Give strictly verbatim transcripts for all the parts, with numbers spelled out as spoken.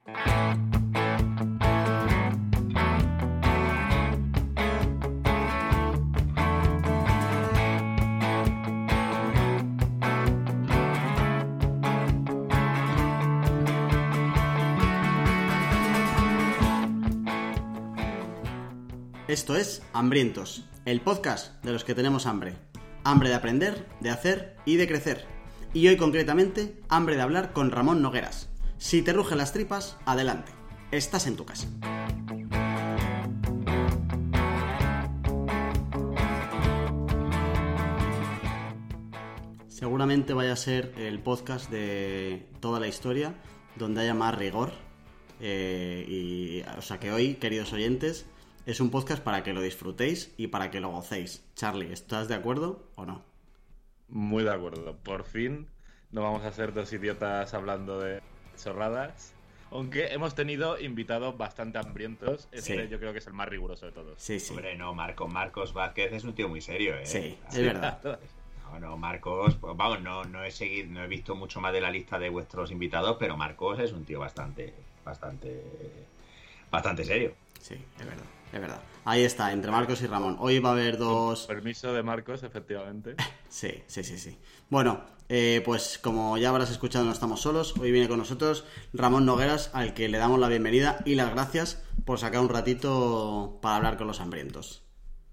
Esto es Hambrientos, el podcast de los que tenemos hambre. Hambre de aprender, de hacer y de crecer. Y hoy concretamente, hambre de hablar con Ramón Nogueras. Si te rugen las tripas, adelante. Estás en tu casa. Seguramente vaya a ser el podcast de toda la historia donde haya más rigor. Eh, y, o sea que hoy, queridos oyentes, es un podcast para que lo disfrutéis y para que lo gocéis. Charlie, ¿estás de acuerdo o no? Muy de acuerdo. Por fin no vamos a ser dos idiotas hablando de chorradas. Aunque hemos tenido invitados bastante hambrientos. Este sí. Yo creo que es el más riguroso de todos. Sí, sí. Hombre, no, Marcos, Marcos Vázquez es un tío muy serio, ¿eh? Sí, es verdad. No, no, Marcos, pues vamos, no, no he seguido, no he visto mucho más de la lista de vuestros invitados, pero Marcos es un tío bastante, bastante, bastante serio. Sí, es verdad. Es verdad. Ahí está, entre Marcos y Ramón. Hoy va a haber dos... Con permiso de Marcos, efectivamente. Sí, sí, sí, sí. Bueno, eh, pues como ya habrás escuchado, no estamos solos. Hoy viene con nosotros Ramón Nogueras, al que le damos la bienvenida y las gracias por sacar un ratito para hablar con los hambrientos.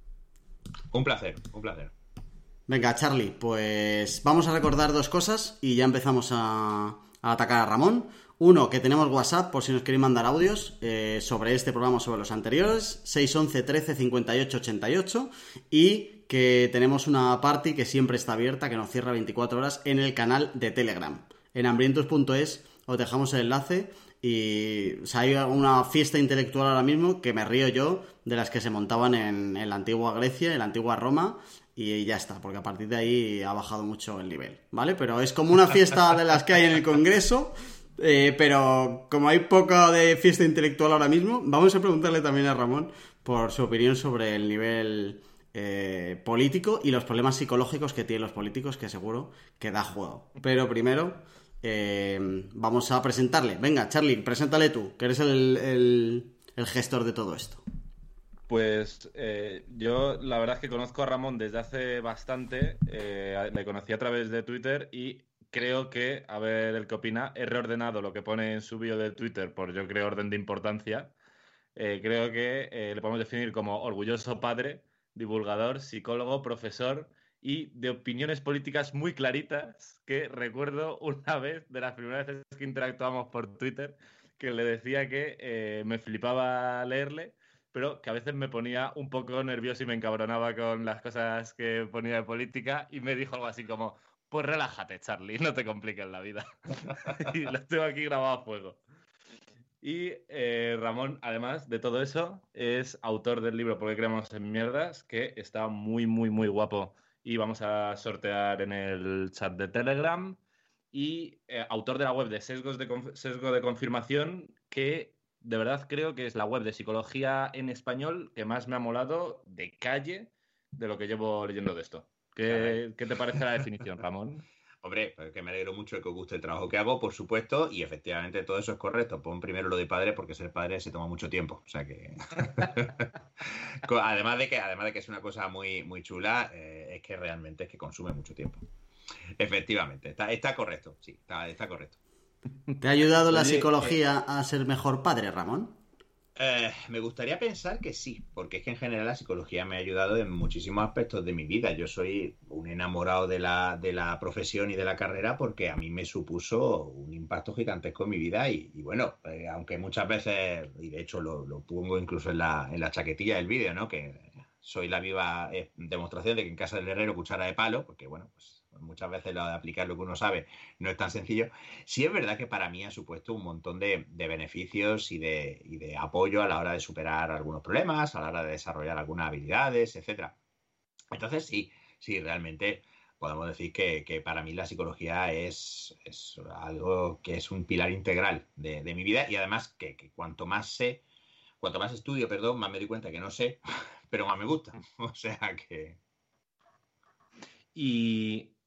Un placer, un placer. Venga, Charlie, pues vamos a recordar dos cosas y ya empezamos a, a atacar a Ramón. Uno, que tenemos WhatsApp por si nos queréis mandar audios eh, sobre este programa o sobre los anteriores, seis once trece cincuenta y ocho ochenta y ocho, y que tenemos una party que siempre está abierta, que nos cierra veinticuatro horas en el canal de Telegram. En hambrientos punto es os dejamos el enlace y o sea, hay una fiesta intelectual ahora mismo que me río yo de las que se montaban en, en la antigua Grecia, en la antigua Roma, y ya está, porque a partir de ahí ha bajado mucho el nivel, ¿vale? Pero es como una fiesta de las que hay en el Congreso. Eh, pero como hay poco de fiesta intelectual ahora mismo, vamos a preguntarle también a Ramón por su opinión sobre el nivel eh, político y los problemas psicológicos que tienen los políticos, que seguro que da juego. Pero primero eh, vamos a presentarle. Venga, Charlie, preséntale tú, que eres el, el, el gestor de todo esto. Pues eh, yo la verdad es que conozco a Ramón desde hace bastante, eh, le conocí a través de Twitter y creo que, a ver el que opina, he reordenado lo que pone en su bio de Twitter por, yo creo, orden de importancia. Eh, creo que eh, le podemos definir como orgulloso padre, divulgador, psicólogo, profesor y de opiniones políticas muy claritas, que recuerdo una vez, de las primeras veces que interactuamos por Twitter, que le decía que eh, me flipaba leerle, pero que a veces me ponía un poco nervioso y me encabronaba con las cosas que ponía de política, y me dijo algo así como: pues relájate, Charlie, no te compliques la vida. Y lo tengo aquí grabado a fuego. Y eh, Ramón, además de todo eso, es autor del libro ¿Por qué creemos en mierdas?, que está muy, muy, muy guapo. Y vamos a sortear en el chat de Telegram. Y eh, autor de la web de Sesgos de Conf- Sesgo de Confirmación, que de verdad creo que es la web de psicología en español que más me ha molado de calle de lo que llevo leyendo de esto. ¿Qué, ¿Qué te parece la definición, Ramón? Hombre, pues que me alegro mucho de que os guste el trabajo que hago, por supuesto, y efectivamente todo eso es correcto. Pon primero lo de padre, porque ser padre se toma mucho tiempo. O sea que... además de que además de que es una cosa muy, muy chula, eh, es que realmente es que consume mucho tiempo. Efectivamente, está, está correcto, sí, está, está correcto. ¿Te ha ayudado la Oye, psicología eh... a ser mejor padre, Ramón? Eh, me gustaría pensar que sí, porque es que en general la psicología me ha ayudado en muchísimos aspectos de mi vida. Yo soy un enamorado de la, de la profesión y de la carrera porque a mí me supuso un impacto gigantesco en mi vida y, y bueno, eh, aunque muchas veces, y de hecho lo, lo pongo incluso en la, en la chaquetilla del vídeo, ¿no? Que soy la viva eh, demostración de que en casa del herrero cuchara de palo, porque bueno, pues muchas veces lo de aplicar lo que uno sabe no es tan sencillo. Sí es verdad que para mí ha supuesto un montón de, de beneficios y de, y de apoyo a la hora de superar algunos problemas, a la hora de desarrollar algunas habilidades, etcétera. Entonces sí, sí, realmente podemos decir que, que para mí la psicología es, es algo que es un pilar integral de, de mi vida y además que, que cuanto más sé, cuanto más estudio, perdón, más me doy cuenta que no sé, pero más me gusta. O sea que... Y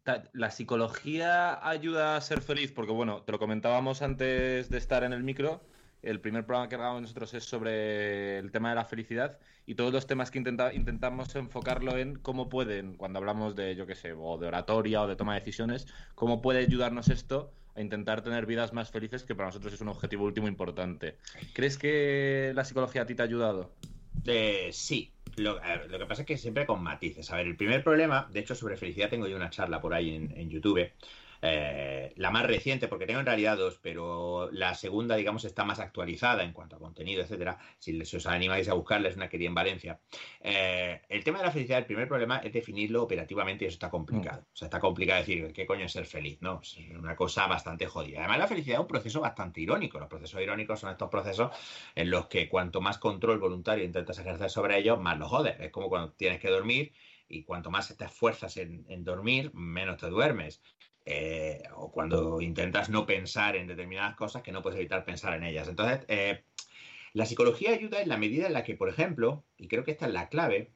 ¿La psicología ayuda a ser feliz? Porque, bueno, te lo comentábamos antes de estar en el micro. El primer programa que grabamos nosotros es sobre el tema de la felicidad y todos los temas que intenta, intentamos enfocarlo en cómo pueden, cuando hablamos de, yo qué sé, o de oratoria o de toma de decisiones, cómo puede ayudarnos esto a intentar tener vidas más felices, que para nosotros es un objetivo último importante. ¿Crees que la psicología a ti te ha ayudado? Eh, sí. Lo, ver, lo que pasa es que siempre con matices. A ver, el primer problema, de hecho sobre felicidad tengo yo una charla por ahí en, en YouTube, eh, la más reciente, porque tengo en realidad dos, pero la segunda, digamos, está más actualizada en cuanto a contenido, etcétera. Si, si os animáis a buscarla, es una que di en Valencia. Eh, el tema de la felicidad, el primer problema es definirlo operativamente y eso está complicado. O sea, está complicado decir qué coño es ser feliz, ¿no? Es una cosa bastante jodida. Además, la felicidad es un proceso bastante irónico. Los procesos irónicos son estos procesos en los que cuanto más control voluntario intentas ejercer sobre ellos, más lo jodes. Es como cuando tienes que dormir y cuanto más te esfuerzas en, en dormir, menos te duermes. Eh, o cuando intentas no pensar en determinadas cosas que no puedes evitar pensar en ellas. Entonces, eh, la psicología ayuda en la medida en la que, por ejemplo, y creo que esta es la clave,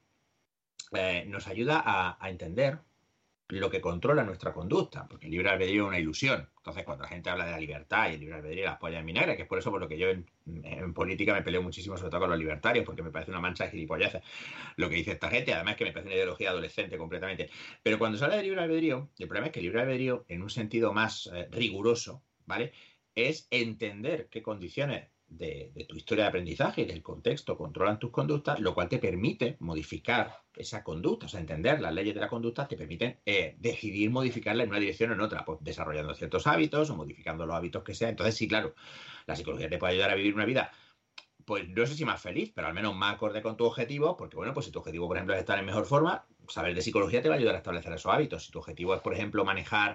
eh, nos ayuda a, a entender lo que controla nuestra conducta, porque el libre albedrío es una ilusión. Entonces, cuando la gente habla de la libertad y el libre albedrío, las pollas en vinagre, que es por eso por lo que yo en, en política me peleo muchísimo, sobre todo con los libertarios, porque me parece una mancha de gilipolleces lo que dice esta gente, además que me parece una ideología adolescente completamente. Pero cuando se habla de libre albedrío, el problema es que el libre albedrío, en un sentido más eh, riguroso, ¿vale?, es entender qué condiciones De, de tu historia de aprendizaje y del contexto controlan tus conductas, lo cual te permite modificar esa conducta, o sea, entender las leyes de la conducta te permiten eh, decidir modificarla en una dirección o en otra, pues desarrollando ciertos hábitos o modificando los hábitos que sea. Entonces, sí, claro, la psicología te puede ayudar a vivir una vida, pues no sé si más feliz, pero al menos más acorde con tu objetivo, porque bueno, pues si tu objetivo, por ejemplo, es estar en mejor forma, saber de psicología te va a ayudar a establecer esos hábitos. Si tu objetivo es, por ejemplo, manejar,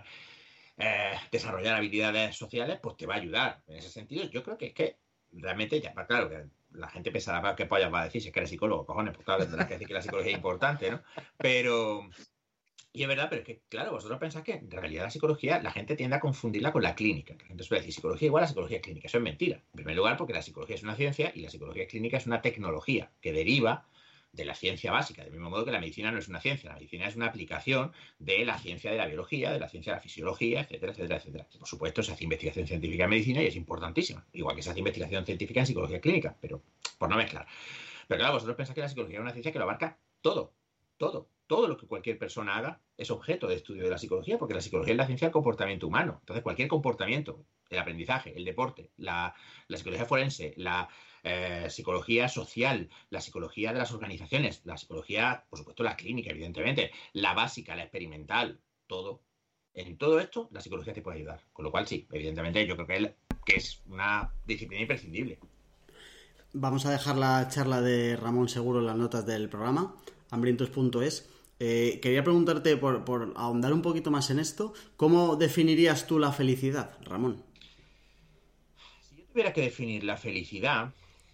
eh, desarrollar habilidades sociales, pues te va a ayudar. En ese sentido, yo creo que es que realmente ya, claro, que la gente pensará, ¿qué pollas va a decir si es que eres psicólogo? Cojones, pues claro, tendrás que decir que la psicología es importante, ¿no? Pero, y es verdad, pero es que, claro, vosotros pensáis que en realidad la psicología, la gente tiende a confundirla con la clínica. La gente suele decir psicología igual a psicología clínica. Eso es mentira. En primer lugar, porque la psicología es una ciencia y la psicología clínica es una tecnología que deriva de la ciencia básica, del mismo modo que la medicina no es una ciencia, la medicina es una aplicación de la ciencia de la biología, de la ciencia de la fisiología, etcétera, etcétera, etcétera. Por supuesto, se hace investigación científica en medicina y es importantísima, igual que se hace investigación científica en psicología clínica, pero por no mezclar. Pero claro, vosotros pensáis que la psicología es una ciencia que lo abarca todo, todo, todo lo que cualquier persona haga es objeto de estudio de la psicología, porque la psicología es la ciencia del comportamiento humano. Entonces, cualquier comportamiento, el aprendizaje, el deporte, la, la psicología forense, la eh, psicología social, la psicología de las organizaciones, la psicología, por supuesto, la clínica, evidentemente, la básica, la experimental, todo. En todo esto, la psicología te puede ayudar. Con lo cual, sí, evidentemente, yo creo que, él, que es una disciplina imprescindible. Vamos a dejar la charla de Ramón seguro en las notas del programa, hambrientos punto es. Eh, quería preguntarte, por, por ahondar un poquito más en esto, ¿cómo definirías tú la felicidad, Ramón? Si yo tuviera que definir la felicidad,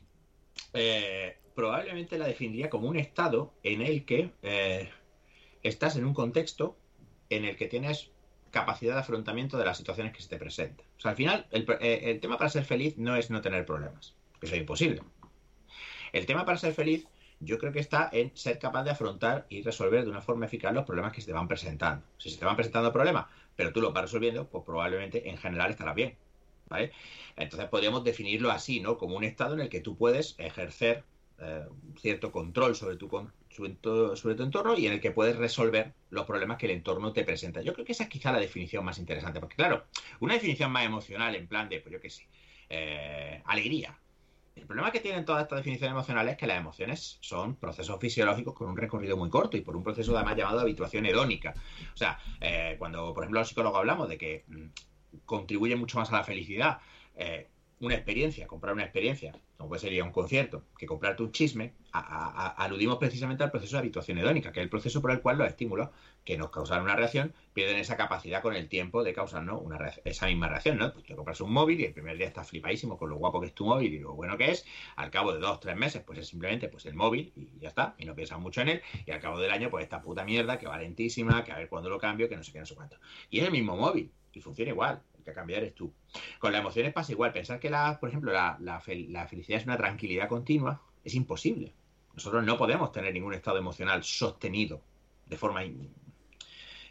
eh, probablemente la definiría como un estado en el que eh, estás en un contexto en el que tienes capacidad de afrontamiento de las situaciones que se te presentan. O sea, al final, el, el tema para ser feliz no es no tener problemas, que eso es imposible. El tema para ser feliz, yo creo que está en ser capaz de afrontar y resolver de una forma eficaz los problemas que se te van presentando. Si se te van presentando problemas, pero tú los vas resolviendo, pues probablemente en general estarás bien, ¿vale? Entonces podríamos definirlo así, ¿no? Como un estado en el que tú puedes ejercer eh, cierto control sobre tu, sobre tu entorno y en el que puedes resolver los problemas que el entorno te presenta. Yo creo que esa es quizá la definición más interesante, porque claro, una definición más emocional en plan de, pues yo qué sé, eh, alegría. El problema que tienen todas estas definiciones emocionales es que las emociones son procesos fisiológicos con un recorrido muy corto y por un proceso además llamado habituación hedónica. O sea, eh, cuando por ejemplo los psicólogos hablamos de que mmm, contribuye mucho más a la felicidad eh, una experiencia, comprar una experiencia, como puede ser ir a un concierto, que comprarte un chisme, a, a, a, aludimos precisamente al proceso de habituación hedónica, que es el proceso por el cual los estímulos que nos causan una reacción pierden esa capacidad con el tiempo de causarnos una reacción, esa misma reacción, ¿no? Pues te compras un móvil y el primer día estás flipadísimo con lo guapo que es tu móvil y lo bueno que es. Al cabo de dos, tres meses, pues es simplemente pues el móvil y ya está, y no piensas mucho en él. Y al cabo del año, pues esta puta mierda que va lentísima, que a ver cuándo lo cambio, que no sé qué, no sé cuánto. Y es el mismo móvil y funciona igual. El que cambia eres tú. Con las emociones pasa igual. Pensar que, la, por ejemplo, la, la, fel la felicidad es una tranquilidad continua es imposible. Nosotros no podemos tener ningún estado emocional sostenido de forma in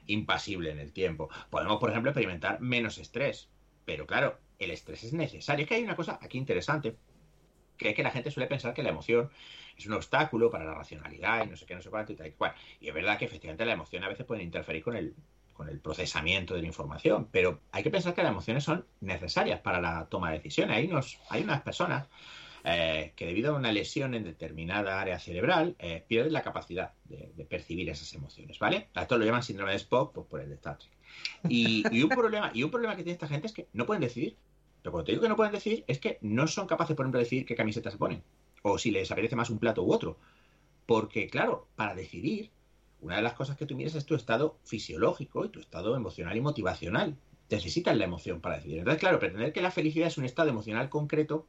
impasible en el tiempo. Podemos, por ejemplo, experimentar menos estrés. Pero claro, el estrés es necesario. Es que hay una cosa aquí interesante, que es que la gente suele pensar que la emoción es un obstáculo para la racionalidad y no sé qué, no sé cuánto y tal y cual. Y es verdad que efectivamente la emoción a veces puede interferir con el, con el procesamiento de la información, pero hay que pensar que las emociones son necesarias para la toma de decisiones. Hay, unos, hay unas personas eh, que debido a una lesión en determinada área cerebral eh, pierden la capacidad de, de percibir esas emociones, ¿vale? A esto lo llaman síndrome de Spock, pues por el de Star Trek. Y, y, un problema, y un problema que tiene esta gente es que no pueden decidir. Pero cuando te digo que no pueden decidir, es que no son capaces, por ejemplo, de decidir qué camiseta se ponen. O si les apetece más un plato u otro. Porque, claro, para decidir, una de las cosas que tú miras es tu estado fisiológico y tu estado emocional y motivacional. Necesitas la emoción para decidir. Entonces, claro, pretender que la felicidad es un estado emocional concreto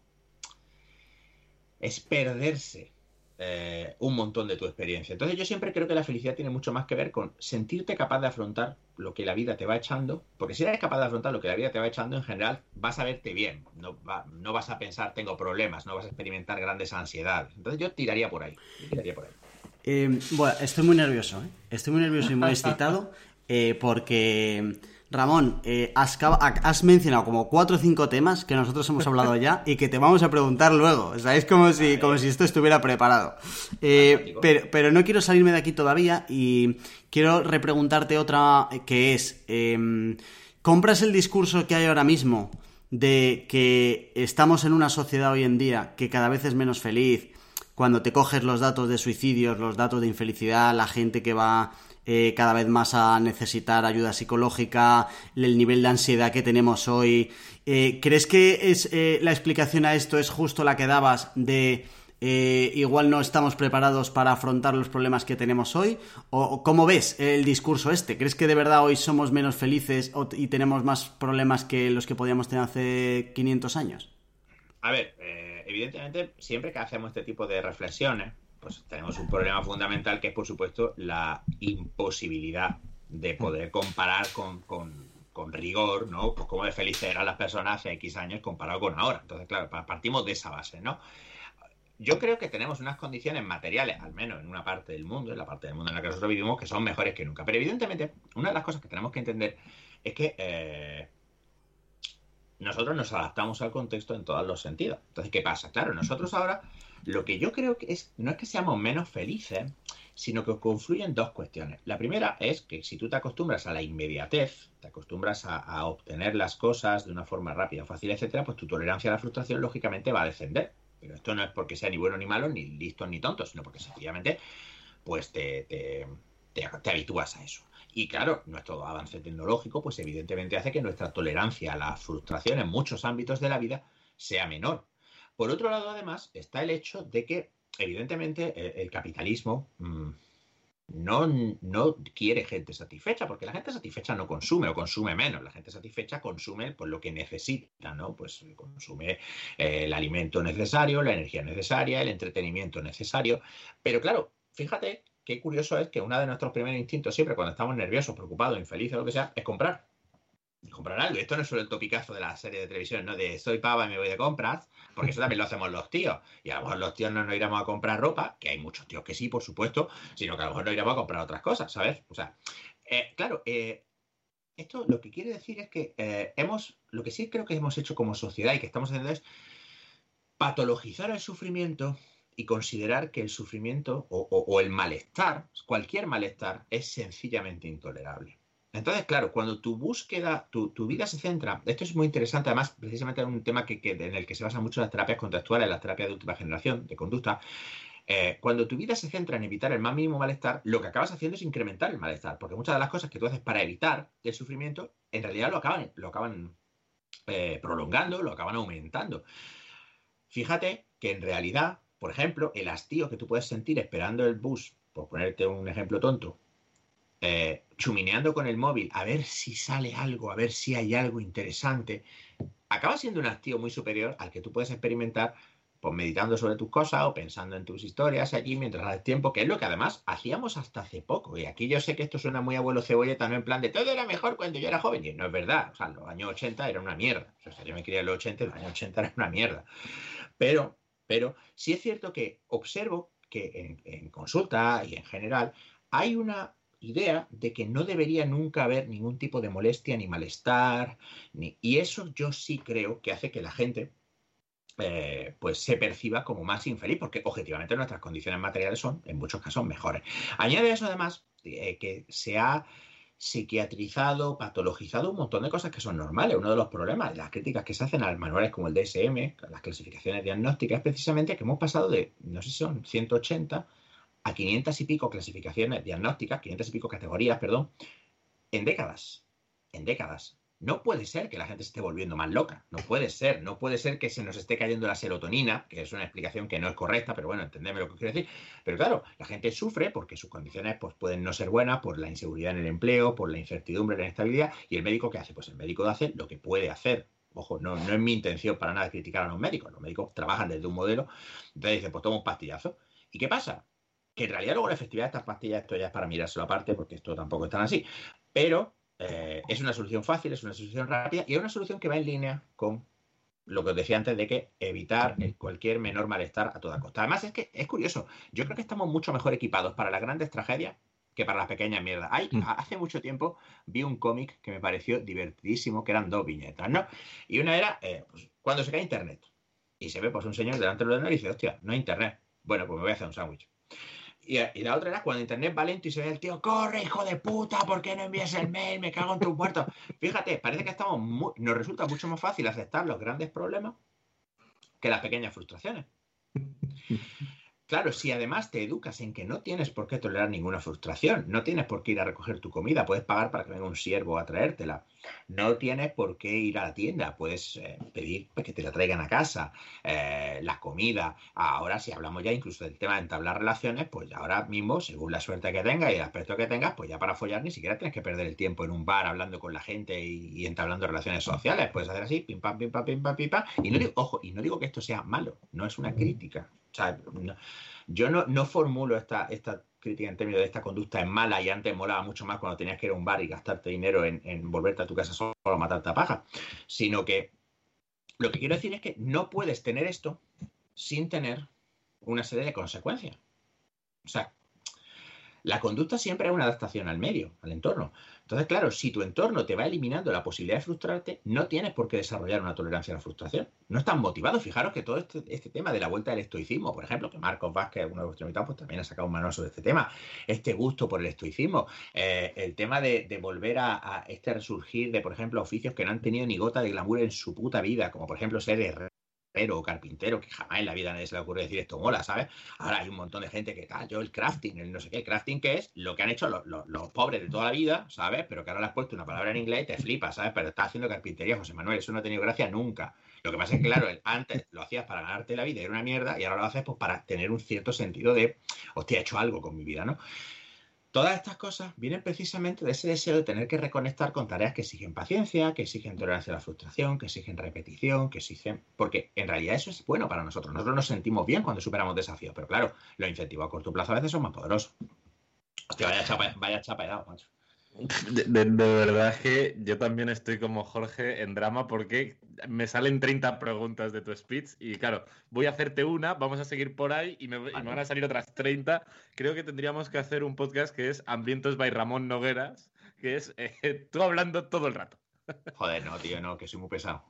es perderse eh, un montón de tu experiencia. Entonces yo siempre creo que la felicidad tiene mucho más que ver con sentirte capaz de afrontar lo que la vida te va echando, porque si eres capaz de afrontar lo que la vida te va echando, en general vas a verte bien, no, va, no vas a pensar tengo problemas, no vas a experimentar grandes ansiedades. Entonces yo tiraría por ahí, yo tiraría por ahí. Eh, bueno, estoy muy nervioso, ¿eh? Estoy muy nervioso y muy excitado eh, porque... Ramón, eh, has, has mencionado como cuatro o cinco temas que nosotros hemos hablado ya y que te vamos a preguntar luego. O sea, es como si, como si esto estuviera preparado. Eh, pero, pero no quiero salirme de aquí todavía y quiero repreguntarte otra que es, eh, ¿compras el discurso que hay ahora mismo de que estamos en una sociedad hoy en día que cada vez es menos feliz? Cuando te coges los datos de suicidios, los datos de infelicidad, la gente que va... Eh, cada vez más a necesitar ayuda psicológica, el nivel de ansiedad que tenemos hoy. Eh, ¿Crees que es eh, la explicación a esto es justo la que dabas de eh, igual no estamos preparados para afrontar los problemas que tenemos hoy? ¿O cómo ves el discurso este? ¿Crees que de verdad hoy somos menos felices y tenemos más problemas que los que podíamos tener hace quinientos años? A ver, eh, evidentemente siempre que hacemos este tipo de reflexiones pues tenemos un problema fundamental que es, por supuesto, la imposibilidad de poder comparar con, con, con rigor, ¿no? Pues cómo de felices eran las personas hace X años comparado con ahora. Entonces, claro, partimos de esa base, ¿no? Yo creo que tenemos unas condiciones materiales, al menos en una parte del mundo, en la parte del mundo en la que nosotros vivimos, que son mejores que nunca. Pero evidentemente, una de las cosas que tenemos que entender es que eh, nosotros nos adaptamos al contexto en todos los sentidos. Entonces, ¿qué pasa? Claro, nosotros ahora... Lo que yo creo que es, no es que seamos menos felices, sino que confluyen dos cuestiones. La primera es que si tú te acostumbras a la inmediatez, te acostumbras a, a obtener las cosas de una forma rápida, fácil, etcétera, pues tu tolerancia a la frustración lógicamente va a descender. Pero esto no es porque sea ni bueno ni malo, ni listo ni tonto, sino porque sencillamente pues te, te, te, te habitúas a eso. Y claro, nuestro avance tecnológico pues evidentemente hace que nuestra tolerancia a la frustración en muchos ámbitos de la vida sea menor. Por otro lado, además, está el hecho de que, evidentemente, el, el capitalismo mmm, no, no quiere gente satisfecha, porque la gente satisfecha no consume o consume menos. La gente satisfecha consume pues, lo que necesita, ¿no? Pues consume eh, el alimento necesario, la energía necesaria, el entretenimiento necesario. Pero claro, fíjate qué curioso es que uno de nuestros primeros instintos siempre cuando estamos nerviosos, preocupados, infelices o lo que sea, es comprar. Comprar algo. Esto no es solo el topicazo de la serie de televisión, ¿no? De soy pava y me voy de compras, porque eso también lo hacemos los tíos. Y a lo mejor los tíos no nos iremos a comprar ropa, que hay muchos tíos que sí, por supuesto, sino que a lo mejor nos iremos a comprar otras cosas, ¿sabes? O sea, eh, claro, eh, esto lo que quiere decir es que eh, hemos, lo que sí creo que hemos hecho como sociedad y que estamos haciendo es patologizar el sufrimiento y considerar que el sufrimiento o, o, o el malestar, cualquier malestar, es sencillamente intolerable. Entonces, claro, cuando tu búsqueda, tu, tu vida se centra, esto es muy interesante, además, precisamente en un tema que, que, en el que se basan mucho las terapias contextuales, las terapias de última generación, de conducta, eh, cuando tu vida se centra en evitar el más mínimo malestar, lo que acabas haciendo es incrementar el malestar, porque muchas de las cosas que tú haces para evitar el sufrimiento, en realidad lo acaban, lo acaban eh, prolongando, lo acaban aumentando. Fíjate que en realidad, por ejemplo, el hastío que tú puedes sentir esperando el bus, por ponerte un ejemplo tonto, Eh, chumineando con el móvil a ver si sale algo, a ver si hay algo interesante, acaba siendo un hastío muy superior al que tú puedes experimentar pues meditando sobre tus cosas o pensando en tus historias allí mientras haces tiempo, que es lo que además hacíamos hasta hace poco. Y aquí yo sé que esto suena muy abuelo cebolleta, no en plan de todo era mejor cuando yo era joven, y no es verdad. O sea, los años ochenta era una mierda. O sea, yo me crié en los ochenta y los años ochenta era una mierda. Pero, pero sí es cierto que observo que en, en consulta y en general hay una idea de que no debería nunca haber ningún tipo de molestia ni malestar, ni... y eso yo sí creo que hace que la gente eh, pues se perciba como más infeliz, porque objetivamente nuestras condiciones materiales son en muchos casos mejores. Añade eso además eh, que se ha psiquiatrizado, patologizado un montón de cosas que son normales. Uno de los problemas, las críticas que se hacen a manuales como el D S M, las clasificaciones diagnósticas, es precisamente que hemos pasado de, no sé si son ciento ochenta a quinientas y pico clasificaciones diagnósticas, quinientas y pico categorías, perdón, en décadas. En décadas. No puede ser que la gente se esté volviendo más loca. No puede ser. No puede ser que se nos esté cayendo la serotonina, que es una explicación que no es correcta, pero bueno, entendedme lo que quiero decir. Pero claro, la gente sufre porque sus condiciones pues, pueden no ser buenas por la inseguridad en el empleo, por la incertidumbre, la inestabilidad. ¿Y el médico qué hace? Pues el médico hace lo que puede hacer. Ojo, no, no es mi intención para nada criticar a los médicos. Los médicos trabajan desde un modelo. Entonces dicen, pues toma un pastillazo. ¿Y qué pasa? Que en realidad luego la efectividad de estas pastillas, esto ya es para mirárselo aparte, porque esto tampoco es tan así. Pero eh, es una solución fácil, es una solución rápida y es una solución que va en línea con lo que os decía antes de que evitar el, cualquier menor malestar a toda costa. Además, es que es curioso. Yo creo que estamos mucho mejor equipados para las grandes tragedias que para las pequeñas mierdas. Hay, mm. Hace mucho tiempo vi un cómic que me pareció divertidísimo, que eran dos viñetas, ¿no? Y una era eh, pues, cuando se cae internet y se ve pues un señor delante del ordenador y dice, hostia, no hay internet. Bueno, pues me voy a hacer un sándwich. Y, y la otra era cuando internet va lento y se ve el tío, corre, hijo de puta, ¿por qué no envías el mail? Me cago en tus muertos. Fíjate, parece que estamos muy, nos resulta mucho más fácil aceptar los grandes problemas que las pequeñas frustraciones. Claro, si además te educas en que no tienes por qué tolerar ninguna frustración, no tienes por qué ir a recoger tu comida, puedes pagar para que venga un siervo a traértela, no tienes por qué ir a la tienda, puedes eh, pedir pues, que te la traigan a casa, eh, la comida. Ahora, si hablamos ya incluso del tema de entablar relaciones, pues ahora mismo, según la suerte que tengas y el aspecto que tengas, pues ya para follar ni siquiera tienes que perder el tiempo en un bar hablando con la gente y, y entablando relaciones sociales. Puedes hacer así, pim pam, pim pam, pim pam, pim pam. Y no digo, ojo, y no digo que esto sea malo, no es una crítica. O sea, no, yo no, no formulo esta, esta crítica en términos de esta conducta es mala y antes molaba mucho más cuando tenías que ir a un bar y gastarte dinero en, en volverte a tu casa solo a matarte a paja, sino que lo que quiero decir es que no puedes tener esto sin tener una serie de consecuencias. O sea, la conducta siempre es una adaptación al medio, al entorno. Entonces, claro, si tu entorno te va eliminando la posibilidad de frustrarte, no tienes por qué desarrollar una tolerancia a la frustración. No estás motivado. Fijaros que todo este, este tema de la vuelta del estoicismo, por ejemplo, que Marcos Vázquez, uno de vuestros invitados, pues también ha sacado un manual sobre este tema, este gusto por el estoicismo, eh, el tema de, de volver a, a este resurgir de, por ejemplo, oficios que no han tenido ni gota de glamour en su puta vida, como por ejemplo ser herrero o carpintero, que jamás en la vida a nadie se le ocurre decir esto mola, ¿sabes? Ahora hay un montón de gente que tal, yo el crafting, el no sé qué, el crafting que es lo que han hecho los, los, los pobres de toda la vida, ¿sabes? Pero que ahora le has puesto una palabra en inglés y te flipas, ¿sabes? Pero estás haciendo carpintería, José Manuel, eso no ha tenido gracia nunca. Lo que pasa es que, claro, antes lo hacías para ganarte la vida, era una mierda, y ahora lo haces pues para tener un cierto sentido de, hostia, he hecho algo con mi vida, ¿no? Todas estas cosas vienen precisamente de ese deseo de tener que reconectar con tareas que exigen paciencia, que exigen tolerancia a la frustración, que exigen repetición, que exigen... Porque en realidad eso es bueno para nosotros. Nosotros nos sentimos bien cuando superamos desafíos, pero claro, los incentivos a corto plazo a veces son más poderosos. Hostia, vaya chapa, vaya chapa he dado, macho. De, de, de verdad que yo también estoy como Jorge en drama porque me salen treinta preguntas de tu speech y claro, voy a hacerte una, vamos a seguir por ahí y me, vale. y me van a salir otras treinta. Creo que tendríamos que hacer un podcast que es Hambrientos by Ramón Nogueras, que es eh, tú hablando todo el rato. Joder, no, tío, no, que soy muy pesado.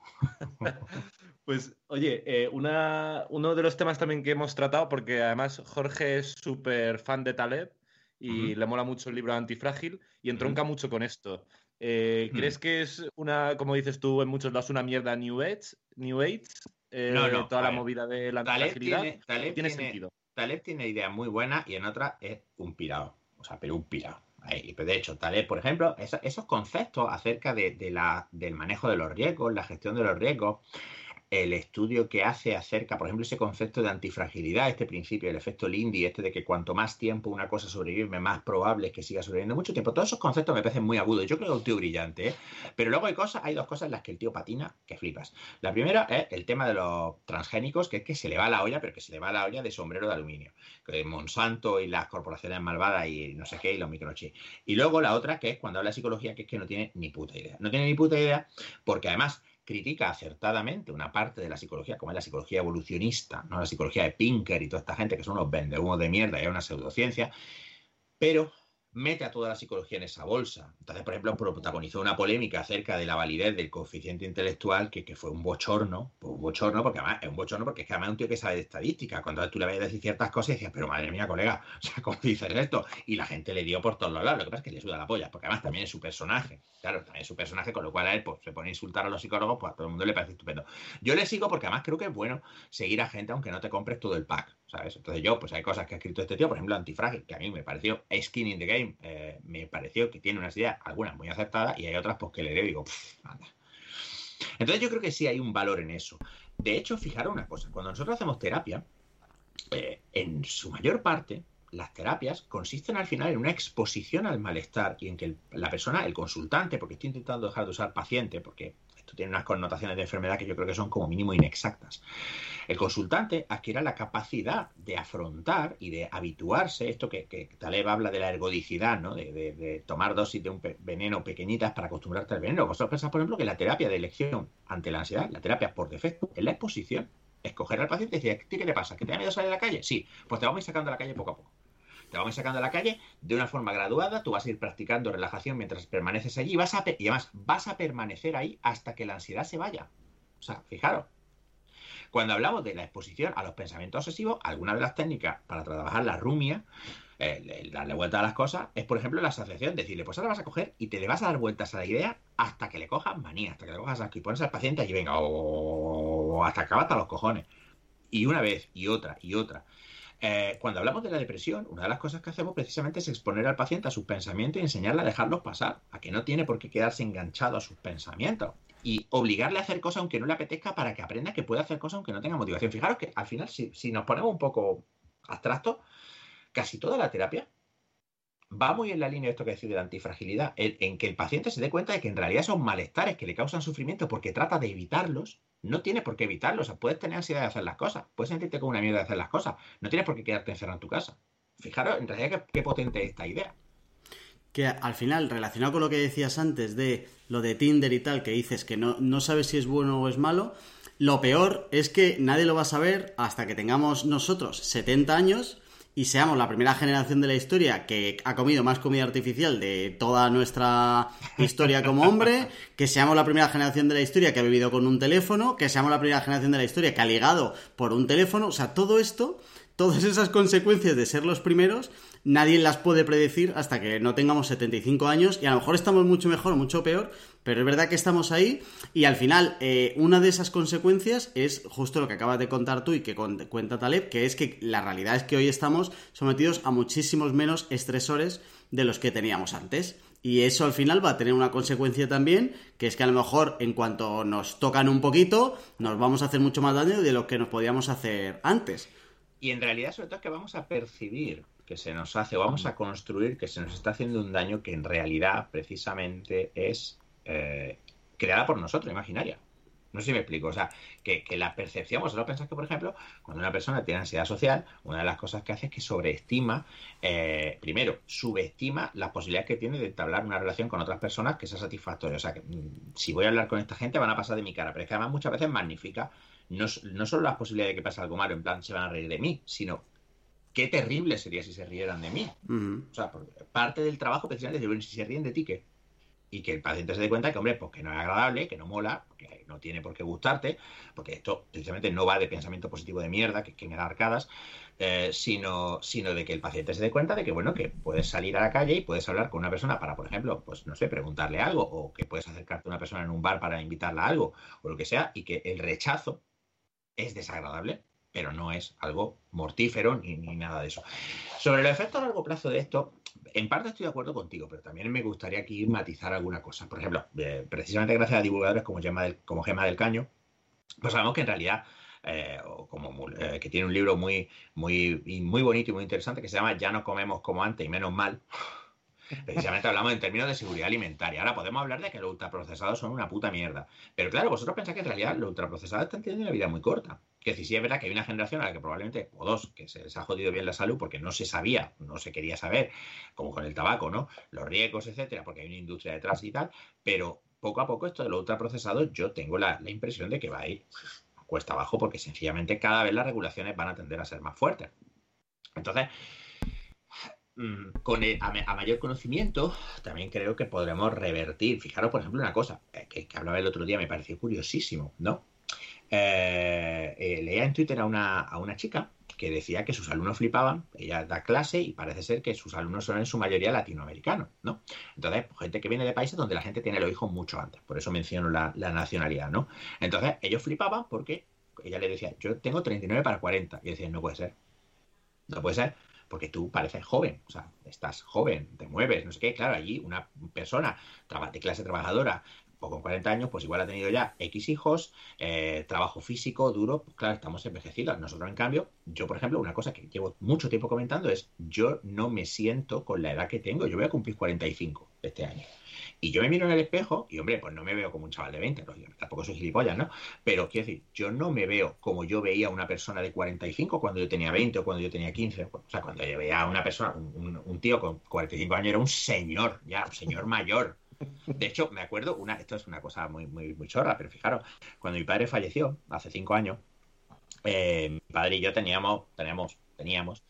Pues, oye, eh, una, uno de los temas también que hemos tratado, porque además Jorge es súper fan de Taleb, y uh-huh. le mola mucho el libro Antifrágil y entronca uh-huh. mucho con esto. Eh, uh-huh. ¿Crees que es una, como dices tú en muchos lados, una mierda New Age? New Age eh, no, no, toda la ver. movida de la antifragilidad. Taleb tiene, Taleb ¿Tiene tiene, sentido? Taleb tiene ideas muy buenas y en otras es un pirado. O sea, pero un pirado. Ahí, de hecho, Taleb, por ejemplo, esos, esos conceptos acerca de, de la, del manejo de los riesgos, la gestión de los riesgos, el estudio que hace acerca, por ejemplo, ese concepto de antifragilidad, este principio, el efecto Lindy, este de que cuanto más tiempo una cosa sobrevive, más probable es que siga sobreviviendo mucho tiempo. Todos esos conceptos me parecen muy agudos. Yo creo que es un tío brillante, ¿eh? Pero luego hay cosas, hay dos cosas en las que el tío patina que flipas. La primera es el tema de los transgénicos, que es que se le va la olla, pero que se le va la olla de sombrero de aluminio. Que Monsanto y las corporaciones malvadas y no sé qué, y los microchips. Y luego la otra, que es cuando habla de psicología, que es que no tiene ni puta idea. No tiene ni puta idea porque además critica acertadamente una parte de la psicología, como es la psicología evolucionista, no la psicología de Pinker y toda esta gente que son unos vendehumos de mierda y es una pseudociencia, pero mete a toda la psicología en esa bolsa. Entonces, por ejemplo, protagonizó una polémica acerca de la validez del coeficiente intelectual que, que fue un bochorno, pues un bochorno porque además es un bochorno porque es que además es un tío que sabe de estadística. Cuando tú le vas a decir ciertas cosas y decías, pero madre mía, colega, o sea, ¿cómo dices esto? Y la gente le dio por todos los lados. Lo que pasa es que le suda la polla, porque además también es su personaje. Claro, también es su personaje, con lo cual a él pues, se pone a insultar a los psicólogos, pues a todo el mundo le parece estupendo. Yo le sigo porque además creo que es bueno seguir a gente aunque no te compres todo el pack, ¿sabes? Entonces yo, pues hay cosas que ha escrito este tío, por ejemplo, Antifrágil, que a mí me pareció skin in the game, eh, me pareció que tiene unas ideas, algunas muy acertadas, y hay otras pues que le leo y digo, pff, anda. Entonces yo creo que sí hay un valor en eso. De hecho, fijaros una cosa, cuando nosotros hacemos terapia, eh, en su mayor parte, las terapias consisten al final en una exposición al malestar y en que el, la persona, el consultante, porque estoy intentando dejar de usar paciente, porque esto tiene unas connotaciones de enfermedad que yo creo que son como mínimo inexactas. El consultante adquiere la capacidad de afrontar y de habituarse, esto que, que Taleb habla de la ergodicidad, ¿no? de, de, de tomar dosis de un pe veneno pequeñitas para acostumbrarte al veneno. Vosotros pensáis, por ejemplo, que la terapia de elección ante la ansiedad, la terapia por defecto, es la exposición. Escoger al paciente y decir, ¿qué te pasa? ¿Que te da miedo salir a la calle? Sí, pues te vamos a ir sacando a la calle poco a poco. Te vamos a ir sacando a la calle de una forma graduada, tú vas a ir practicando relajación mientras permaneces allí y, vas a y además vas a permanecer ahí hasta que la ansiedad se vaya. O sea, fijaros, cuando hablamos de la exposición a los pensamientos obsesivos, alguna de las técnicas para trabajar la rumia, eh, darle vuelta a las cosas, es por ejemplo la asociación, decirle, pues ahora vas a coger y te le vas a dar vueltas a la idea hasta que le cojas manía, hasta que le cojas aquí, pones al paciente allí, venga, oh, hasta acabar hasta los cojones. Y una vez, y otra, y otra. Eh, cuando hablamos de la depresión, una de las cosas que hacemos precisamente es exponer al paciente a sus pensamientos y enseñarle a dejarlos pasar, a que no tiene por qué quedarse enganchado a sus pensamientos y obligarle a hacer cosas aunque no le apetezca para que aprenda que puede hacer cosas aunque no tenga motivación. Fijaros que al final, si, si nos ponemos un poco abstractos, casi toda la terapia va muy en la línea de esto que decís de la antifragilidad, en, en que el paciente se dé cuenta de que en realidad son malestares que le causan sufrimiento porque trata de evitarlos. No tienes por qué evitarlos. O sea, puedes tener ansiedad de hacer las cosas, puedes sentirte con una mierda de hacer las cosas, no tienes por qué quedarte encerrado en tu casa. Fijaros, en realidad, qué, qué potente es esta idea. Que al final, relacionado con lo que decías antes de lo de Tinder y tal, que dices que no, no sabes si es bueno o es malo, lo peor es que nadie lo va a saber hasta que tengamos nosotros setenta años y seamos la primera generación de la historia que ha comido más comida artificial de toda nuestra historia como hombre, que seamos la primera generación de la historia que ha vivido con un teléfono, que seamos la primera generación de la historia que ha ligado por un teléfono. O sea, todo esto, todas esas consecuencias de ser los primeros, nadie las puede predecir hasta que no tengamos setenta y cinco años, y a lo mejor estamos mucho mejor o mucho peor, pero es verdad que estamos ahí, y al final eh, una de esas consecuencias es justo lo que acabas de contar tú y que cuenta Taleb, que es que la realidad es que hoy estamos sometidos a muchísimos menos estresores de los que teníamos antes. Y eso al final va a tener una consecuencia también, que es que a lo mejor en cuanto nos tocan un poquito, nos vamos a hacer mucho más daño de lo que nos podíamos hacer antes. Y en realidad, sobre todo, es que vamos a percibir que se nos hace, o vamos a construir que se nos está haciendo un daño que en realidad, precisamente, es eh, creada por nosotros, imaginaria. No sé si me explico. O sea, que, que la percepción, vosotros pensáis que, por ejemplo, cuando una persona tiene ansiedad social, una de las cosas que hace es que sobreestima, eh, primero, subestima las posibilidades que tiene de entablar una relación con otras personas que sea satisfactoria. O sea, que mmm, si voy a hablar con esta gente van a pasar de mi cara, pero es que además muchas veces magnifica no, no solo las posibilidades de que pase algo malo, en plan se van a reír de mí, sino qué terrible sería si se rieran de mí. Uh-huh. O sea, parte del trabajo precisamente es decir, bueno, si se ríen de ti, ¿qué? Y que el paciente se dé cuenta que, hombre, pues que no es agradable, que no mola, que no tiene por qué gustarte, porque esto precisamente no va de pensamiento positivo de mierda, que, que me da arcadas, eh, sino, sino de que el paciente se dé cuenta de que, bueno, que puedes salir a la calle y puedes hablar con una persona para, por ejemplo, pues no sé, preguntarle algo, o que puedes acercarte a una persona en un bar para invitarla a algo, o lo que sea, y que el rechazo es desagradable, pero no es algo mortífero ni, ni nada de eso. Sobre los efectos a largo plazo de esto, en parte estoy de acuerdo contigo, pero también me gustaría aquí matizar alguna cosa. Por ejemplo, eh, precisamente gracias a divulgadores como Gemma del, como Gemma del Caño, pues sabemos que en realidad, eh, o como, eh, que tiene un libro muy, muy, muy bonito y muy interesante que se llama Ya no comemos como antes y menos mal. Precisamente hablamos en términos de seguridad alimentaria. Ahora podemos hablar de que los ultraprocesados son una puta mierda. Pero claro, vosotros pensáis que en realidad los ultraprocesados están teniendo una vida muy corta. Que si sí es verdad que hay una generación a la que probablemente, o dos, que se les ha jodido bien la salud porque no se sabía, no se quería saber, como con el tabaco, ¿no? Los riesgos, etcétera, porque hay una industria detrás y tal. Pero poco a poco esto de los ultraprocesados yo tengo la, la impresión de que va a ir cuesta abajo porque sencillamente cada vez las regulaciones van a tender a ser más fuertes. Entonces, Con el, a, a mayor conocimiento, también creo que podremos revertir. Fijaros, por ejemplo, una cosa que, que hablaba el otro día, me pareció curiosísimo, ¿no? Eh, eh, leía en Twitter a una, a una chica que decía que sus alumnos flipaban, ella da clase y parece ser que sus alumnos son en su mayoría latinoamericanos, ¿no? Entonces, pues, gente que viene de países donde la gente tiene los hijos mucho antes, por eso menciono la, la nacionalidad, ¿no? Entonces, ellos flipaban porque ella le decía, yo tengo treinta y nueve para cuarenta, y decían, no puede ser, no puede ser, porque tú pareces joven, o sea, estás joven, te mueves, no sé qué. Claro, allí una persona de clase trabajadora o con cuarenta años, pues igual ha tenido ya X hijos, eh, trabajo físico duro, pues claro, estamos envejecidos. Nosotros, en cambio, yo, por ejemplo, una cosa que llevo mucho tiempo comentando es, yo no me siento con la edad que tengo, yo voy a cumplir cuarenta y cinco este año. Y yo me miro en el espejo y, hombre, pues no me veo como un chaval de veinte, pues yo tampoco soy gilipollas, ¿no? Pero quiero decir, yo no me veo como yo veía a una persona de cuarenta y cinco cuando yo tenía veinte o cuando yo tenía quince. O sea, cuando yo veía a una persona, un, un, un tío con cuarenta y cinco años era un señor, ya, un señor mayor. De hecho, me acuerdo, una, esto es una cosa muy, muy, muy chorra, pero fijaros, cuando mi padre falleció, hace cinco años, eh, mi padre y yo teníamos, teníamos, teníamos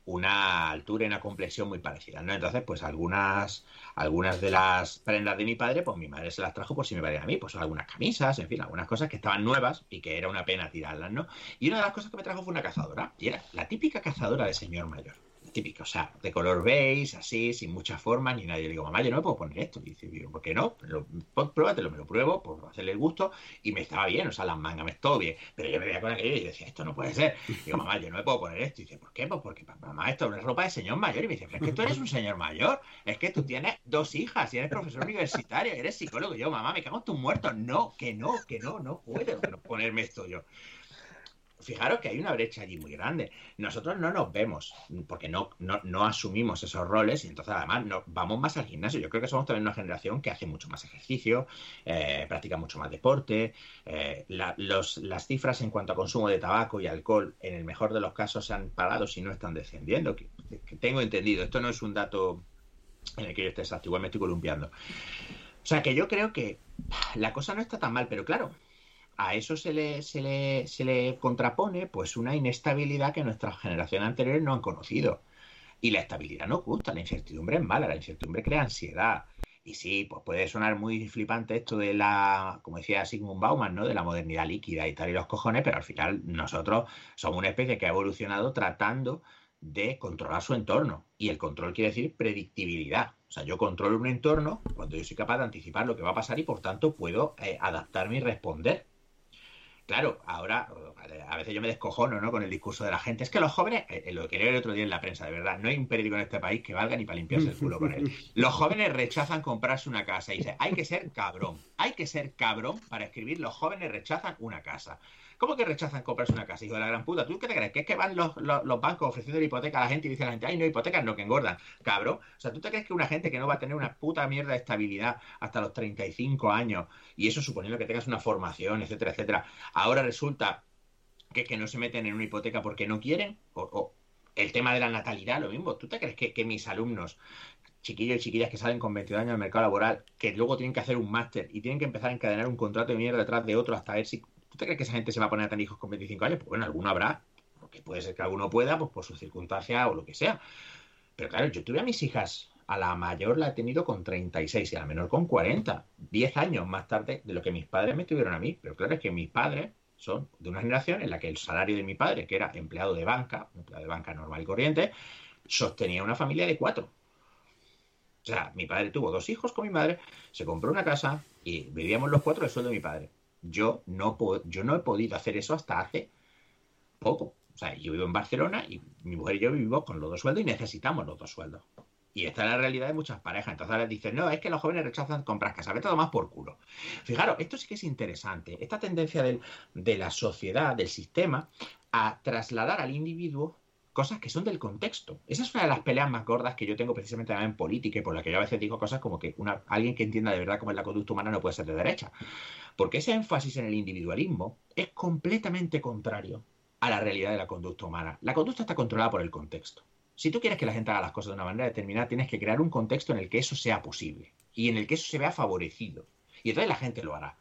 una altura y una complexión muy parecida, ¿no? Entonces, pues algunas, algunas de las prendas de mi padre, pues mi madre se las trajo por si me valían a mí, pues algunas camisas, en fin, algunas cosas que estaban nuevas y que era una pena tirarlas, ¿no? Y una de las cosas que me trajo fue una cazadora, y era la típica cazadora de señor mayor. Típico, o sea, de color beige, así, sin muchas formas, ni nadie. Le digo, mamá, yo no me puedo poner esto. Y dice, ¿por qué no? Lo, pues, pruébatelo, me lo pruebo, por hacerle el gusto, y me estaba bien, o sea, las mangas me todo bien. Pero yo me veía con aquello y decía, esto no puede ser. Y digo, mamá, yo no me puedo poner esto. Y dice, ¿por qué? Pues porque, mamá, esto es una ropa de señor mayor. Y me dice, pero es que tú eres un señor mayor, es que tú tienes dos hijas y eres profesor universitario, eres psicólogo. Y yo, mamá, me cago en tus muertos. No, que no, que no, no puedo ponerme esto yo. Fijaros que hay una brecha allí muy grande. Nosotros no nos vemos porque no, no, no asumimos esos roles y entonces además no, vamos más al gimnasio. Yo creo que somos también una generación que hace mucho más ejercicio, eh, practica mucho más deporte. Eh, la, los, las cifras en cuanto a consumo de tabaco y alcohol, en el mejor de los casos, se han parado si no están descendiendo. Que, que tengo entendido. Esto no es un dato en el que yo esté exacto. Igual me estoy columpiando. O sea que yo creo que la cosa no está tan mal, pero claro, a eso se le, se, le, se le contrapone pues una inestabilidad que nuestras generaciones anteriores no han conocido. Y la estabilidad no gusta, la incertidumbre es mala, la incertidumbre crea ansiedad. Y sí, pues puede sonar muy flipante esto de la, como decía Sigmund Bauman, ¿no? De la modernidad líquida y tal y los cojones, pero al final nosotros somos una especie que ha evolucionado tratando de controlar su entorno. Y el control quiere decir predictibilidad. O sea, yo controlo un entorno cuando yo soy capaz de anticipar lo que va a pasar y por tanto puedo eh, adaptarme y responder. Claro, ahora a veces yo me descojono, ¿no? Con el discurso de la gente. Es que los jóvenes, eh, lo que leo el otro día en la prensa, de verdad, no hay un periódico en este país que valga ni para limpiarse el culo con él. Los jóvenes rechazan comprarse una casa y dice, hay que ser cabrón, hay que ser cabrón para escribir los jóvenes rechazan una casa. ¿Cómo que rechazan comprarse una casa, hijo de la gran puta? ¿Tú qué te crees? ¿Que es que van los, los, los bancos ofreciendo hipoteca a la gente y dice la gente, ay, no, hipotecas no, que engordan? Cabrón. O sea, ¿tú te crees que una gente que no va a tener una puta mierda de estabilidad hasta los treinta y cinco años, y eso suponiendo que tengas una formación, etcétera, etcétera, ahora resulta que, que no se meten en una hipoteca porque no quieren? O, o el tema de la natalidad, lo mismo. ¿Tú te crees que, que mis alumnos, chiquillos y chiquillas que salen con veintidós años al mercado laboral, que luego tienen que hacer un máster y tienen que empezar a encadenar un contrato de mierda detrás de otro hasta ver si... ¿Tú te crees que esa gente se va a poner a tener hijos con veinticinco años? Pues bueno, alguno habrá, porque puede ser que alguno pueda, pues por sus circunstancias o lo que sea. Pero claro, yo tuve a mis hijas, a la mayor la he tenido con treinta y seis y a la menor con cuarenta, diez años más tarde de lo que mis padres me tuvieron a mí. Pero claro, es que mis padres son de una generación en la que el salario de mi padre, que era empleado de banca, empleado de banca normal y corriente, sostenía una familia de cuatro. O sea, mi padre tuvo dos hijos con mi madre, se compró una casa y vivíamos los cuatro del sueldo de mi padre. Yo no, yo no he podido hacer eso hasta hace poco. O sea, yo vivo en Barcelona y mi mujer y yo vivimos con los dos sueldos y necesitamos los dos sueldos. Y esta es la realidad de muchas parejas. Entonces les dicen, no, es que los jóvenes rechazan comprar casa. Vete a tomar por culo. Fijaros, esto sí que es interesante. Esta tendencia del, de la sociedad, del sistema, a trasladar al individuo cosas que son del contexto. Esa es una de las peleas más gordas que yo tengo precisamente en política y por la que yo a veces digo cosas como que una, alguien que entienda de verdad cómo es la conducta humana no puede ser de derecha. Porque ese énfasis en el individualismo es completamente contrario a la realidad de la conducta humana. La conducta está controlada por el contexto. Si tú quieres que la gente haga las cosas de una manera determinada, tienes que crear un contexto en el que eso sea posible y en el que eso se vea favorecido. Y entonces la gente lo hará.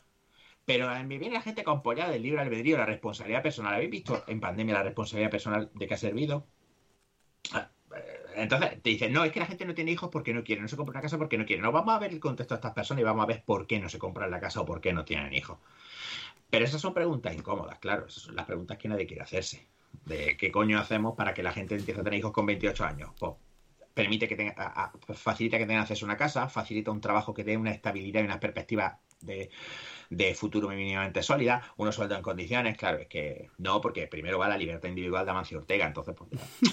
Pero me viene la gente con pollada del libre albedrío, la responsabilidad personal. ¿Habéis visto en pandemia la responsabilidad personal de qué ha servido? Entonces te dicen, no, es que la gente no tiene hijos porque no quiere, no se compra una casa porque no quiere. No, vamos a ver el contexto de estas personas y vamos a ver por qué no se compran la casa o por qué no tienen hijos. Pero esas son preguntas incómodas, claro. Esas son las preguntas que nadie quiere hacerse. De qué coño hacemos para que la gente empiece a tener hijos con veintiocho años. Pues permite que tenga, a, a, facilita que tengan acceso a una casa, facilita un trabajo que dé una estabilidad y unas perspectivas de, de futuro mínimamente sólidas, unos sueldos en condiciones. Claro, es que no, porque primero va la libertad individual de Amancio Ortega, entonces pues...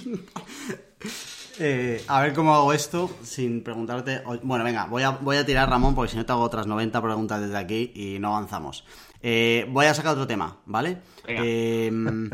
eh, a ver cómo hago esto sin preguntarte... Bueno, venga, voy a, voy a tirar, Ramón, porque si no te hago otras noventa preguntas desde aquí y no avanzamos. Eh, voy a sacar otro tema, ¿vale? Eh,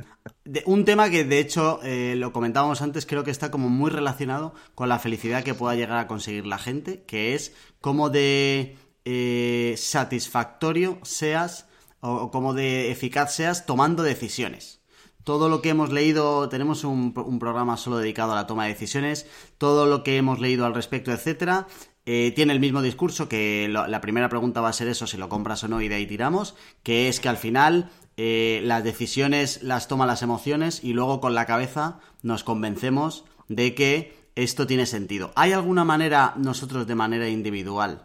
de, un tema que de hecho eh, lo comentábamos antes, creo que está como muy relacionado con la felicidad que pueda llegar a conseguir la gente, que es cómo de eh, satisfactorio seas o, o cómo de eficaz seas tomando decisiones. Todo lo que hemos leído, tenemos un, un programa solo dedicado a la toma de decisiones, todo lo que hemos leído al respecto, etcétera, Eh, tiene el mismo discurso, que lo, la primera pregunta va a ser eso, si lo compras o no, y de ahí tiramos, que es que al final eh, las decisiones las toman las emociones y luego con la cabeza nos convencemos de que esto tiene sentido. ¿Hay alguna manera nosotros de manera individual,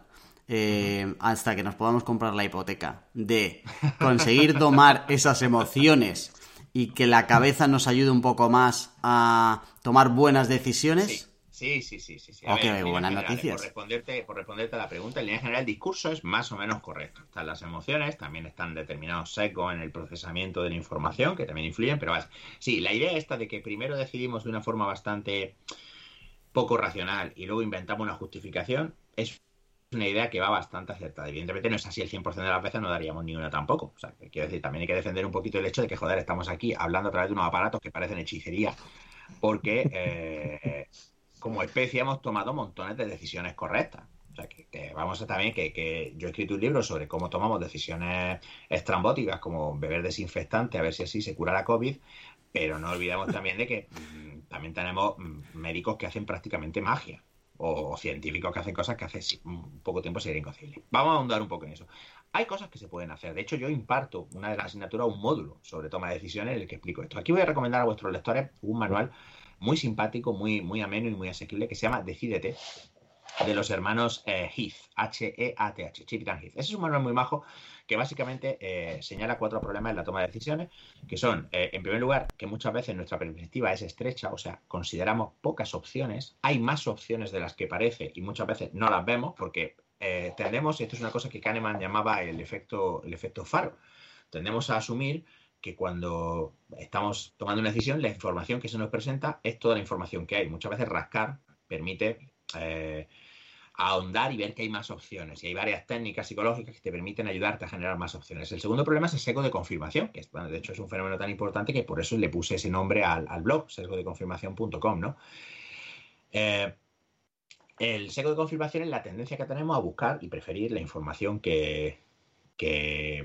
eh, hasta que nos podamos comprar la hipoteca, de conseguir domar esas emociones y que la cabeza nos ayude un poco más a tomar buenas decisiones? Sí. Sí, sí, sí, sí. sí. A Ok, ver, buenas general, noticias. Por responderte, por responderte a la pregunta, en línea general el discurso es más o menos correcto. Están las emociones, también están determinados sesgos en el procesamiento de la información, que también influyen, pero vale. Sí, la idea esta de que primero decidimos de una forma bastante poco racional y luego inventamos una justificación es una idea que va bastante acertada. Evidentemente no es así el cien por ciento de las veces, no daríamos ni una tampoco. O sea, que quiero decir, también hay que defender un poquito el hecho de que, joder, estamos aquí hablando a través de unos aparatos que parecen hechicería, porque... Eh, como especie hemos tomado montones de decisiones correctas. O sea, que, que vamos a también que, que yo he escrito un libro sobre cómo tomamos decisiones estrambóticas, como beber desinfectante a ver si así se cura la COVID, pero no olvidemos también de que mmm, también tenemos mmm, médicos que hacen prácticamente magia, o, o científicos que hacen cosas que hace sí, un poco tiempo sería inconcebible. Vamos a ahondar un poco en eso. Hay cosas que se pueden hacer. De hecho, yo imparto una de las asignaturas, un módulo sobre toma de decisiones en el que explico esto. Aquí voy a recomendar a vuestros lectores un manual muy simpático, muy, muy ameno y muy asequible, que se llama Decídete, de los hermanos eh, Heath, H E A T H, Chip and Heath. Ese es un manual muy majo que básicamente eh, señala cuatro problemas en la toma de decisiones, que son, eh, en primer lugar, que muchas veces nuestra perspectiva es estrecha, o sea, consideramos pocas opciones, hay más opciones de las que parece y muchas veces no las vemos porque eh, tendemos, y esto es una cosa que Kahneman llamaba el efecto, el efecto faro, tendemos a asumir que cuando estamos tomando una decisión, la información que se nos presenta es toda la información que hay. Muchas veces rascar permite eh, ahondar y ver que hay más opciones. Y hay varias técnicas psicológicas que te permiten ayudarte a generar más opciones. El segundo problema es el sesgo de confirmación, que es, bueno, de hecho es un fenómeno tan importante que por eso le puse ese nombre al, al blog, sesgo de confirmación punto com, ¿no? Eh, el sesgo de confirmación es la tendencia que tenemos a buscar y preferir la información que... que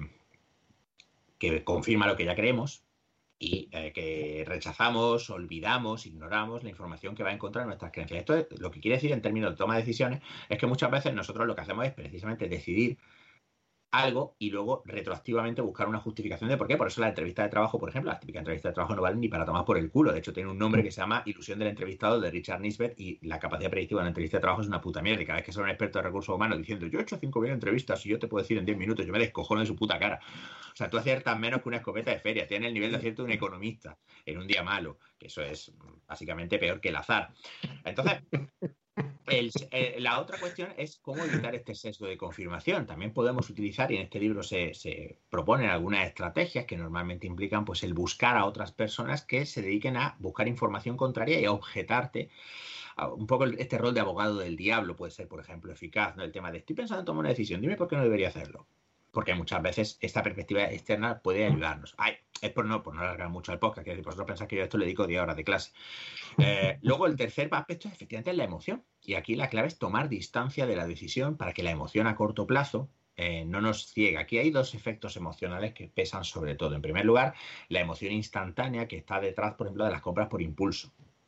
que confirma lo que ya creemos y eh, que rechazamos, olvidamos, ignoramos la información que va en contra de nuestras creencias. Esto es, lo que quiere decir en términos de toma de decisiones es que muchas veces nosotros lo que hacemos es precisamente decidir algo y luego retroactivamente buscar una justificación de por qué. Por eso la entrevista de trabajo, por ejemplo, las típicas entrevistas de trabajo no valen ni para tomar por el culo. De hecho, tiene un nombre que se llama Ilusión del entrevistado, de Richard Nisbett, y la capacidad predictiva de una entrevista de trabajo es una puta mierda. Y cada vez que sale un experto de recursos humanos diciendo yo he hecho cinco mil entrevistas y yo te puedo decir en diez minutos, yo me descojono de su puta cara. O sea, tú aciertas menos que una escopeta de feria. Tienes el nivel de acierto de un economista en un día malo, que eso es básicamente peor que el azar. Entonces... El, eh, la otra cuestión es cómo evitar este sesgo de confirmación. También podemos utilizar, y en este libro se, se proponen algunas estrategias que normalmente implican pues el buscar a otras personas que se dediquen a buscar información contraria y a objetarte. Un poco este rol de abogado del diablo puede ser, por ejemplo, eficaz, ¿no? El tema de estoy pensando en tomar una decisión, dime por qué no debería hacerlo. Porque muchas veces esta perspectiva externa puede ayudarnos. Ay, es por no, por no alargar mucho el podcast, que vosotros pensáis que yo a esto le dedico diez horas de clase. Eh, luego el tercer aspecto es efectivamente la emoción. Y aquí la clave es tomar distancia de la decisión para que la emoción a corto plazo eh, no nos ciegue. Aquí hay dos efectos emocionales que pesan sobre todo. En primer lugar, la emoción instantánea que está detrás, por ejemplo, de las compras por impulso.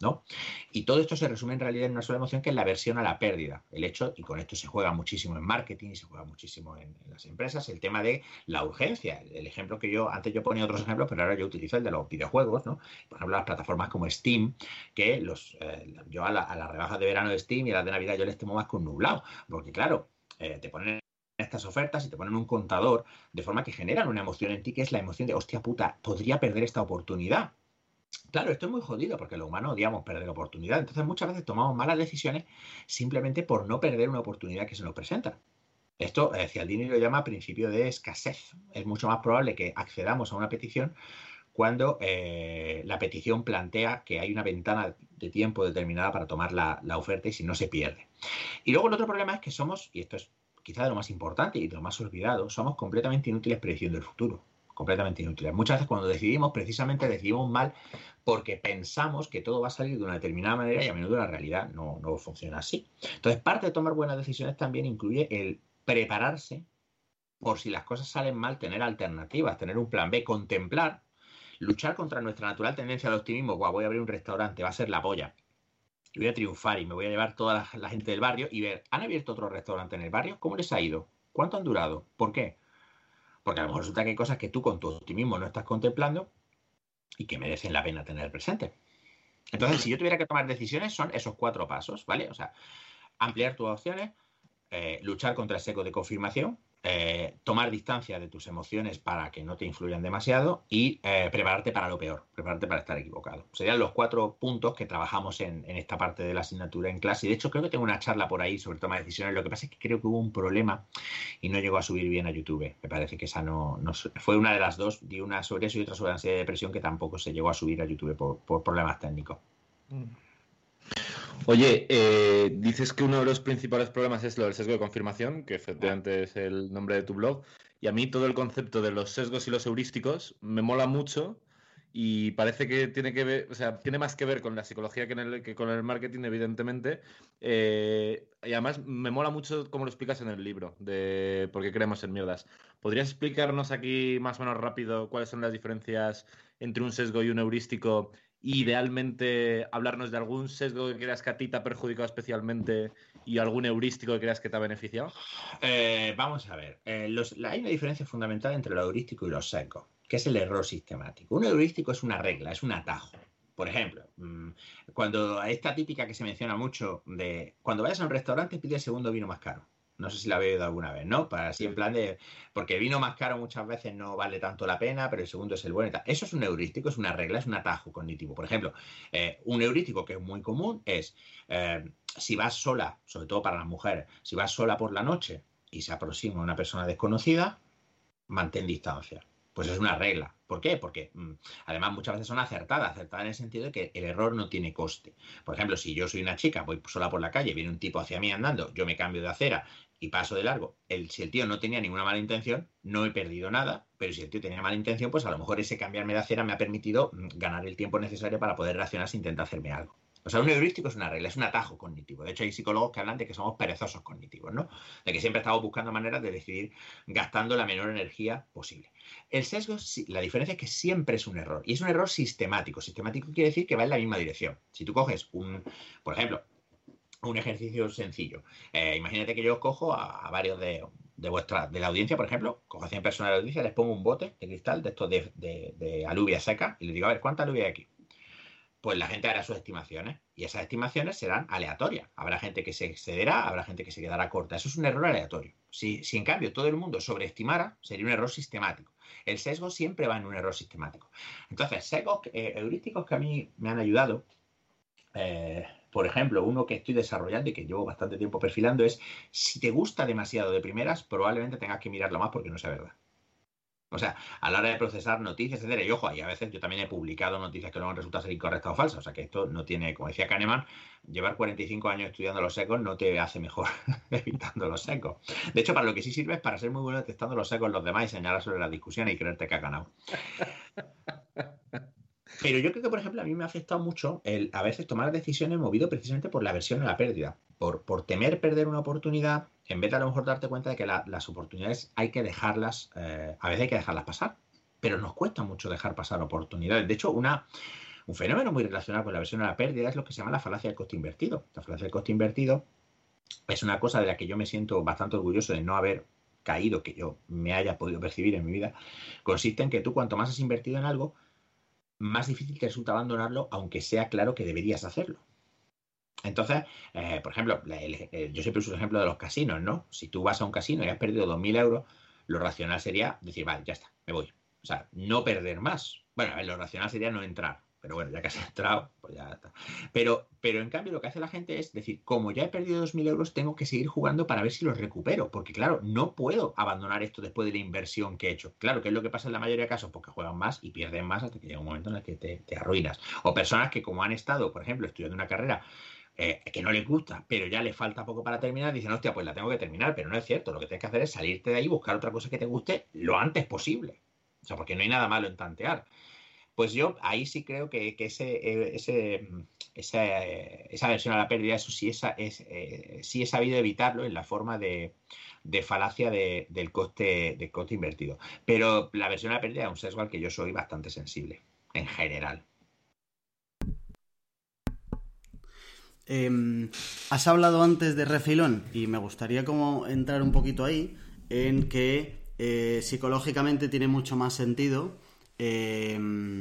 ¿no? Y todo esto se resume en realidad en una sola emoción, que es la aversión a la pérdida. El hecho, y con esto se juega muchísimo en marketing y se juega muchísimo en, en las empresas, el tema de la urgencia. El ejemplo que yo, antes yo ponía otros ejemplos, pero ahora yo utilizo el de los videojuegos, ¿no? Por ejemplo, las plataformas como Steam, que los, eh, yo a, la, a las rebajas de verano de Steam y a las de Navidad yo les temo más que un nublado, porque claro, eh, te ponen estas ofertas y te ponen un contador de forma que generan una emoción en ti, que es la emoción de, hostia puta, podría perder esta oportunidad. Claro, esto es muy jodido porque los humanos odiamos perder oportunidad. Entonces muchas veces tomamos malas decisiones simplemente por no perder una oportunidad que se nos presenta. Esto eh, Cialdini lo llama principio de escasez. Es mucho más probable que accedamos a una petición cuando eh, la petición plantea que hay una ventana de tiempo determinada para tomar la, la oferta y si no se pierde. Y luego el otro problema es que somos, y esto es quizá de lo más importante y de lo más olvidado, somos completamente inútiles prediciendo el futuro. Completamente inútiles. Muchas veces cuando decidimos, precisamente decidimos mal porque pensamos que todo va a salir de una determinada manera y a menudo la realidad no, no funciona así. Entonces, parte de tomar buenas decisiones también incluye el prepararse por si las cosas salen mal, tener alternativas, tener un plan B, contemplar, luchar contra nuestra natural tendencia al optimismo. Buah, voy a abrir un restaurante, va a ser la polla. Y voy a triunfar y me voy a llevar toda la, la gente del barrio y ver, ¿han abierto otro restaurante en el barrio? ¿Cómo les ha ido? ¿Cuánto han durado? ¿Por qué? Porque a lo mejor resulta que hay cosas que tú con tu optimismo no estás contemplando y que merecen la pena tener presente. Entonces, si yo tuviera que tomar decisiones, son esos cuatro pasos, ¿vale? O sea, ampliar tus opciones, eh, luchar contra el seco de confirmación, eh, tomar distancia de tus emociones para que no te influyan demasiado y eh, prepararte para lo peor, prepararte para estar equivocado. Serían los cuatro puntos que trabajamos en, en esta parte de la asignatura en clase. Y de hecho, creo que tengo una charla por ahí sobre toma de decisiones. Lo que pasa es que creo que hubo un problema y no llegó a subir bien a YouTube. Me parece que esa no, no fue una de las dos. Di una sobre eso y otra sobre ansiedad y depresión que tampoco se llegó a subir a YouTube por, por problemas técnicos. Oye, eh, dices que uno de los principales problemas es lo del sesgo de confirmación, que efectivamente es el nombre de tu blog, y a mí todo el concepto de los sesgos y los heurísticos me mola mucho y parece que tiene que ver, o sea, tiene más que ver con la psicología que, en el, que con el marketing, evidentemente, eh, y además me mola mucho cómo lo explicas en el libro, de por qué creemos en mierdas. ¿Podrías explicarnos aquí más o menos rápido cuáles son las diferencias entre un sesgo y un heurístico? Y idealmente hablarnos de algún sesgo que creas que a ti te ha perjudicado especialmente y algún heurístico que creas que te ha beneficiado. Eh, vamos a ver. Eh, los, la, hay una diferencia fundamental entre lo heurístico y los sesgos, que es el error sistemático. Un heurístico es una regla, es un atajo. Por ejemplo, cuando esta típica que se menciona mucho de cuando vayas a un restaurante pide el segundo vino más caro. No sé si la habéis oído alguna vez, ¿no? Para así en plan de... Porque el vino más caro muchas veces no vale tanto la pena, pero el segundo es el bueno y tal. Eso es un heurístico, es una regla, es un atajo cognitivo. Por ejemplo, eh, un heurístico que es muy común es eh, si vas sola, sobre todo para las mujeres, si vas sola por la noche y se aproxima una persona desconocida, mantén distancia. Pues es una regla. ¿Por qué? Porque mmm, además muchas veces son acertadas, acertadas en el sentido de que el error no tiene coste. Por ejemplo, si yo soy una chica, voy sola por la calle, viene un tipo hacia mí andando, yo me cambio de acera y paso de largo. El, si el tío no tenía ninguna mala intención, no he perdido nada, pero si el tío tenía mala intención, pues a lo mejor ese cambiarme de acera me ha permitido ganar el tiempo necesario para poder reaccionar si intenta hacerme algo. O sea, un heurístico es una regla, es un atajo cognitivo. De hecho, hay psicólogos que hablan de que somos perezosos cognitivos, ¿no? De que siempre estamos buscando maneras de decidir gastando la menor energía posible. El sesgo, la diferencia es que siempre es un error. Y es un error sistemático. Sistemático quiere decir que va en la misma dirección. Si tú coges un, por ejemplo, un ejercicio sencillo. Eh, imagínate que yo cojo a, a varios de, de vuestra, de la audiencia, por ejemplo, cojo a cien personas de la audiencia, les pongo un bote de cristal de estos de, de, de alubia seca y les digo, a ver, ¿cuánta alubia hay aquí? Pues la gente hará sus estimaciones y esas estimaciones serán aleatorias. Habrá gente que se excederá, habrá gente que se quedará corta. Eso es un error aleatorio. Si, si en cambio todo el mundo sobreestimara, sería un error sistemático. El sesgo siempre va en un error sistemático. Entonces, sesgos eh, heurísticos que a mí me han ayudado, eh, por ejemplo, uno que estoy desarrollando y que llevo bastante tiempo perfilando es, si te gusta demasiado de primeras, probablemente tengas que mirarlo más porque no sea verdad. O sea, a la hora de procesar noticias, etcétera, y ojo, y a veces yo también he publicado noticias que luego han resultado ser incorrectas o falsas. O sea, que esto no tiene, como decía Kahneman, llevar cuarenta y cinco años estudiando los sesgos no te hace mejor evitando los sesgos. De hecho, para lo que sí sirve es para ser muy bueno detectando los sesgos en los demás y señalar sobre las discusiones y creerte que has ganado. Pero yo creo que, por ejemplo, a mí me ha afectado mucho el a veces tomar decisiones movido precisamente por la aversión a la pérdida. Por, por temer perder una oportunidad, en vez de a lo mejor darte cuenta de que la, las oportunidades hay que dejarlas, eh, a veces hay que dejarlas pasar. Pero nos cuesta mucho dejar pasar oportunidades. De hecho, una, Un fenómeno muy relacionado con la aversión a la pérdida es lo que se llama la falacia del coste invertido. La falacia del coste invertido es una cosa de la que yo me siento bastante orgulloso de no haber caído, que yo me haya podido percibir en mi vida. Consiste en que tú cuanto más has invertido en algo, más difícil te resulta abandonarlo, aunque sea claro que deberías hacerlo. Entonces, eh, por ejemplo, el, el, yo siempre uso el ejemplo de los casinos, ¿no? Si tú vas a un casino y has perdido dos mil euros, lo racional sería decir, vale, ya está, me voy. O sea, no perder más. Bueno, lo racional sería no entrar. Pero bueno, ya que has entrado, pues ya está. Pero, pero en cambio lo que hace la gente es decir, como ya he perdido dos mil euros, tengo que seguir jugando para ver si los recupero. Porque claro, no puedo abandonar esto después de la inversión que he hecho. Claro, ¿qué es lo que pasa en la mayoría de casos? Porque juegan más y pierden más hasta que llega un momento en el que te, te arruinas. O personas que como han estado, por ejemplo, estudiando una carrera eh, que no les gusta, pero ya le falta poco para terminar, dicen, hostia, pues la tengo que terminar. Pero no es cierto. Lo que tienes que hacer es salirte de ahí y buscar otra cosa que te guste lo antes posible. O sea, porque no hay nada malo en tantear. Pues yo ahí sí creo que, que ese, ese, esa, esa aversión a la pérdida, eso sí, esa, es, eh, sí he sabido evitarlo en la forma de, de falacia de, del, coste, del coste invertido. Pero la aversión a la pérdida es un sesgo al que yo soy bastante sensible, en general. Eh, has hablado antes de refilón y me gustaría como entrar un poquito ahí en que eh, psicológicamente tiene mucho más sentido Eh,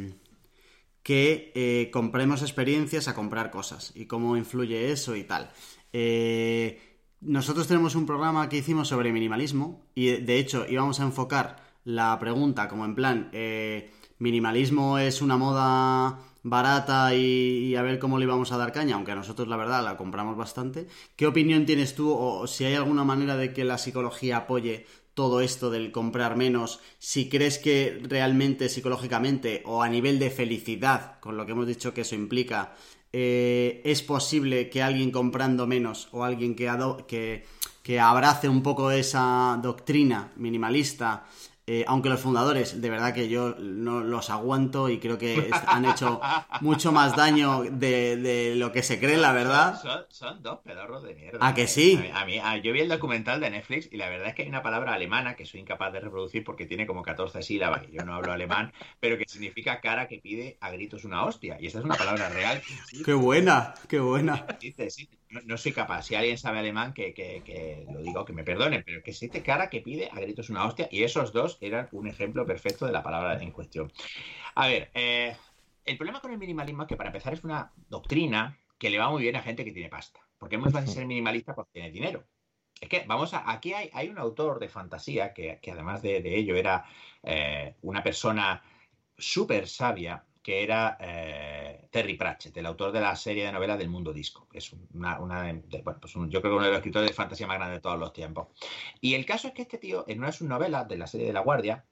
que eh, compremos experiencias a comprar cosas y cómo influye eso y tal. Eh, nosotros tenemos un programa que hicimos sobre minimalismo y de hecho íbamos a enfocar la pregunta como en plan eh, minimalismo es una moda barata y, y a ver cómo le íbamos a dar caña, aunque nosotros la verdad la compramos bastante. ¿Qué opinión tienes tú o si hay alguna manera de que la psicología apoye todo esto del comprar menos, si crees que realmente psicológicamente o a nivel de felicidad, con lo que hemos dicho que eso implica, eh, es posible que alguien comprando menos o alguien que, ado- que, que abrace un poco esa doctrina minimalista, eh, aunque los fundadores, de verdad que yo no los aguanto y creo que han hecho mucho más daño de, de lo que se cree, la verdad. Son, son, son dos pedorros de mierda. ¿A que eh. sí? A mí, a mí- a- yo vi el documental de Netflix y la verdad es que hay una palabra alemana que soy incapaz de reproducir porque tiene como catorce sílabas y yo no hablo alemán, pero que significa cara que pide a gritos una hostia. Y esta es una palabra real que existe. ¡Qué buena! ¡Qué buena! Existe, existe. No, no soy capaz. Si alguien sabe alemán, que, que, que lo digo, que me perdonen, pero que existe cara que pide a gritos una hostia y esos dos eran un ejemplo perfecto de la palabra en cuestión. A ver, eh, el problema con el minimalismo es que para empezar es una doctrina que le va muy bien a gente que tiene pasta. Porque es muy fácil ser minimalista porque tiene dinero. Es que, vamos a. Aquí hay, hay un autor de fantasía que, que además de, de ello era eh, una persona súper sabia, que era eh, Terry Pratchett, el autor de la serie de novelas del Mundo Disco. Que es una, una de, de, bueno, pues un, yo creo que uno de los escritores de fantasía más grandes de todos los tiempos. Y el caso es que este tío, en una de sus novelas de la serie de La Guardia,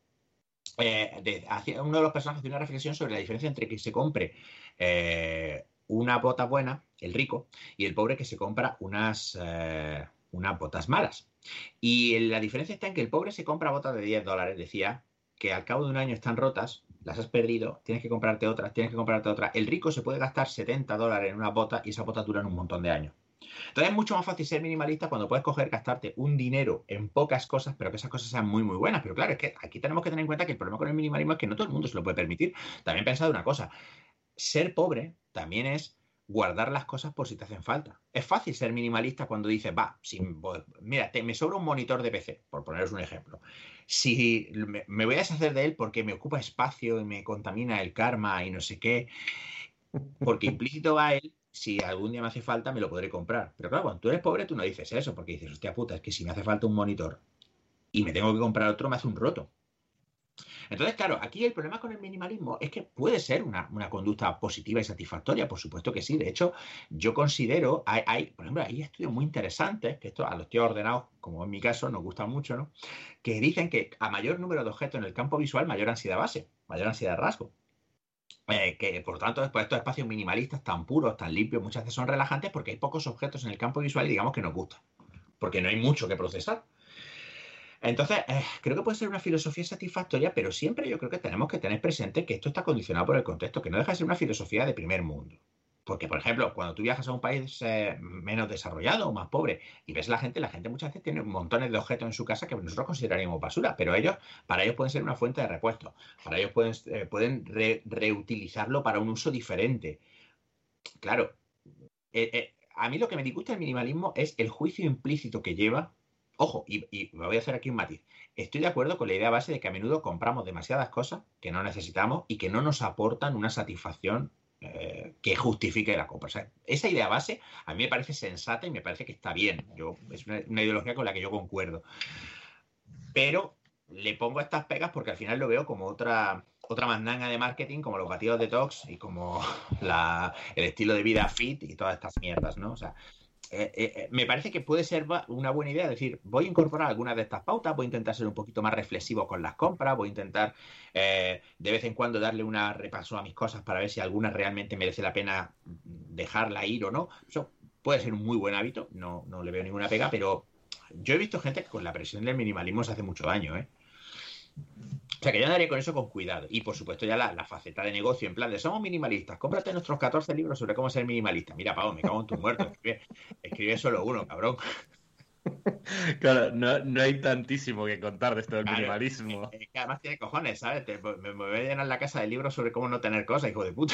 eh, de, hacia, uno de los personajes hace una reflexión sobre la diferencia entre que se compre eh, una bota buena, el rico, y el pobre que se compra unas, eh, unas botas malas. Y la diferencia está en que el pobre se compra botas de diez dólares, decía, que al cabo de un año están rotas, las has perdido, tienes que comprarte otras, tienes que comprarte otras. El rico se puede gastar setenta dólares en una bota y esas botas duran un montón de años. Entonces es mucho más fácil ser minimalista cuando puedes coger, gastarte un dinero en pocas cosas, pero que esas cosas sean muy, muy buenas. Pero claro, es que aquí tenemos que tener en cuenta que el problema con el minimalismo es que no todo el mundo se lo puede permitir. También pensad una cosa, ser pobre también es guardar las cosas por si te hacen falta. Es fácil ser minimalista cuando dices, va, si, mira, te, me sobra un monitor de P C, por poneros un ejemplo. Si me, me voy a deshacer de él porque me ocupa espacio y me contamina el karma y no sé qué, porque implícito va él, si algún día me hace falta, me lo podré comprar. Pero claro, cuando tú eres pobre, tú no dices eso, porque dices, hostia puta, es que si me hace falta un monitor y me tengo que comprar otro, me hace un roto. Entonces, claro, aquí el problema con el minimalismo es que puede ser una, una conducta positiva y satisfactoria, por supuesto que sí. De hecho, yo considero, hay, hay, por ejemplo, hay estudios muy interesantes, que esto a los tíos ordenados, como en mi caso, nos gustan mucho, ¿no? Que dicen que a mayor número de objetos en el campo visual, mayor ansiedad base, mayor ansiedad de rasgo. Eh, que por lo tanto después estos espacios minimalistas tan puros, tan limpios, muchas veces son relajantes porque hay pocos objetos en el campo visual y digamos que nos gustan, porque no hay mucho que procesar. Entonces, eh, creo que puede ser una filosofía satisfactoria, pero siempre yo creo que tenemos que tener presente que esto está condicionado por el contexto, que no deja de ser una filosofía de primer mundo. Porque, por ejemplo, cuando tú viajas a un país eh, menos desarrollado o más pobre y ves la gente, la gente muchas veces tiene montones de objetos en su casa que nosotros consideraríamos basura, pero ellos, para ellos pueden ser una fuente de repuesto, para ellos pueden, eh, pueden re, reutilizarlo para un uso diferente. Claro, eh, eh, a mí lo que me disgusta del minimalismo es el juicio implícito que lleva. Ojo, y, y me voy a hacer aquí un matiz. Estoy de acuerdo con la idea base de que a menudo compramos demasiadas cosas que no necesitamos y que no nos aportan una satisfacción eh, que justifique la compra. O sea, esa idea base a mí me parece sensata y me parece que está bien. Yo, es una, una ideología con la que yo concuerdo. Pero le pongo estas pegas porque al final lo veo como otra, otra mandanga de marketing, como los batidos detox y como la, el estilo de vida fit y todas estas mierdas, ¿no? O sea, eh, eh, me parece que puede ser una buena idea decir, voy a incorporar algunas de estas pautas, voy a intentar ser un poquito más reflexivo con las compras, voy a intentar eh, de vez en cuando darle un repaso a mis cosas para ver si alguna realmente merece la pena dejarla ir o no. Eso puede ser un muy buen hábito, no, no le veo ninguna pega, pero yo he visto gente que con la presión del minimalismo se hace mucho daño, ¿eh? O sea, que yo andaría con eso con cuidado. Y, por supuesto, ya la, la faceta de negocio, en plan de somos minimalistas, cómprate nuestros catorce libros sobre cómo ser minimalista. Mira, Pau, me cago en tu muerto. Escribe, escribe solo uno, cabrón. Claro, no, no hay tantísimo que contar de esto del claro, minimalismo. Es que además tiene cojones, ¿sabes? Te, me, me voy a llenar la casa de libros sobre cómo no tener cosas, hijo de puta.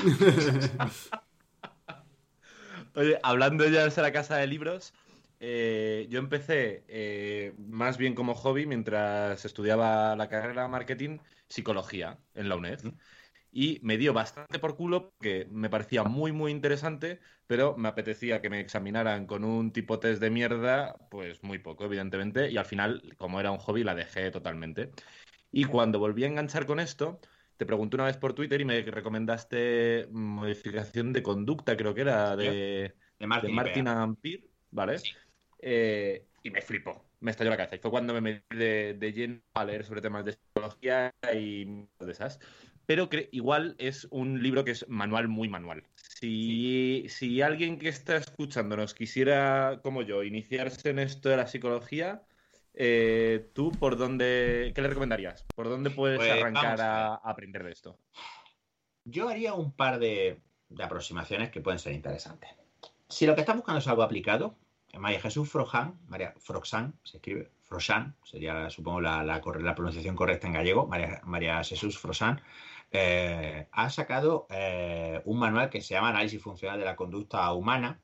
Oye, hablando ya de la casa de libros, eh, yo empecé eh, más bien como hobby mientras estudiaba la carrera de marketing, psicología en la UNED. Y me dio bastante por culo porque me parecía muy, muy interesante, pero me apetecía que me examinaran con un tipo test de mierda, pues muy poco, evidentemente, y al final, como era un hobby, la dejé totalmente. Y cuando volví a enganchar con esto, te pregunté una vez por Twitter y me recomendaste modificación de conducta, creo que era, de, de de Martin, Martin Ampere, ¿vale? Sí. Eh, y me flipó, me estalló la cabeza. Y fue cuando me metí de, de lleno a leer sobre temas de psicología y de esas. Pero que igual es un libro que es manual, muy manual. Si, sí. si alguien que está escuchándonos quisiera, como yo, iniciarse en esto de la psicología, eh, ¿tú por dónde, qué le recomendarías? ¿Por dónde puedes pues, arrancar a, a aprender de esto? Yo haría un par de, de aproximaciones que pueden ser interesantes. Si lo que estás buscando es algo aplicado, María Jesús Frojan, María Froxán, se escribe Froxán, sería supongo la, la, la pronunciación correcta en gallego, María, María Jesús Froxán, eh, ha sacado eh, un manual que se llama Análisis Funcional de la Conducta Humana,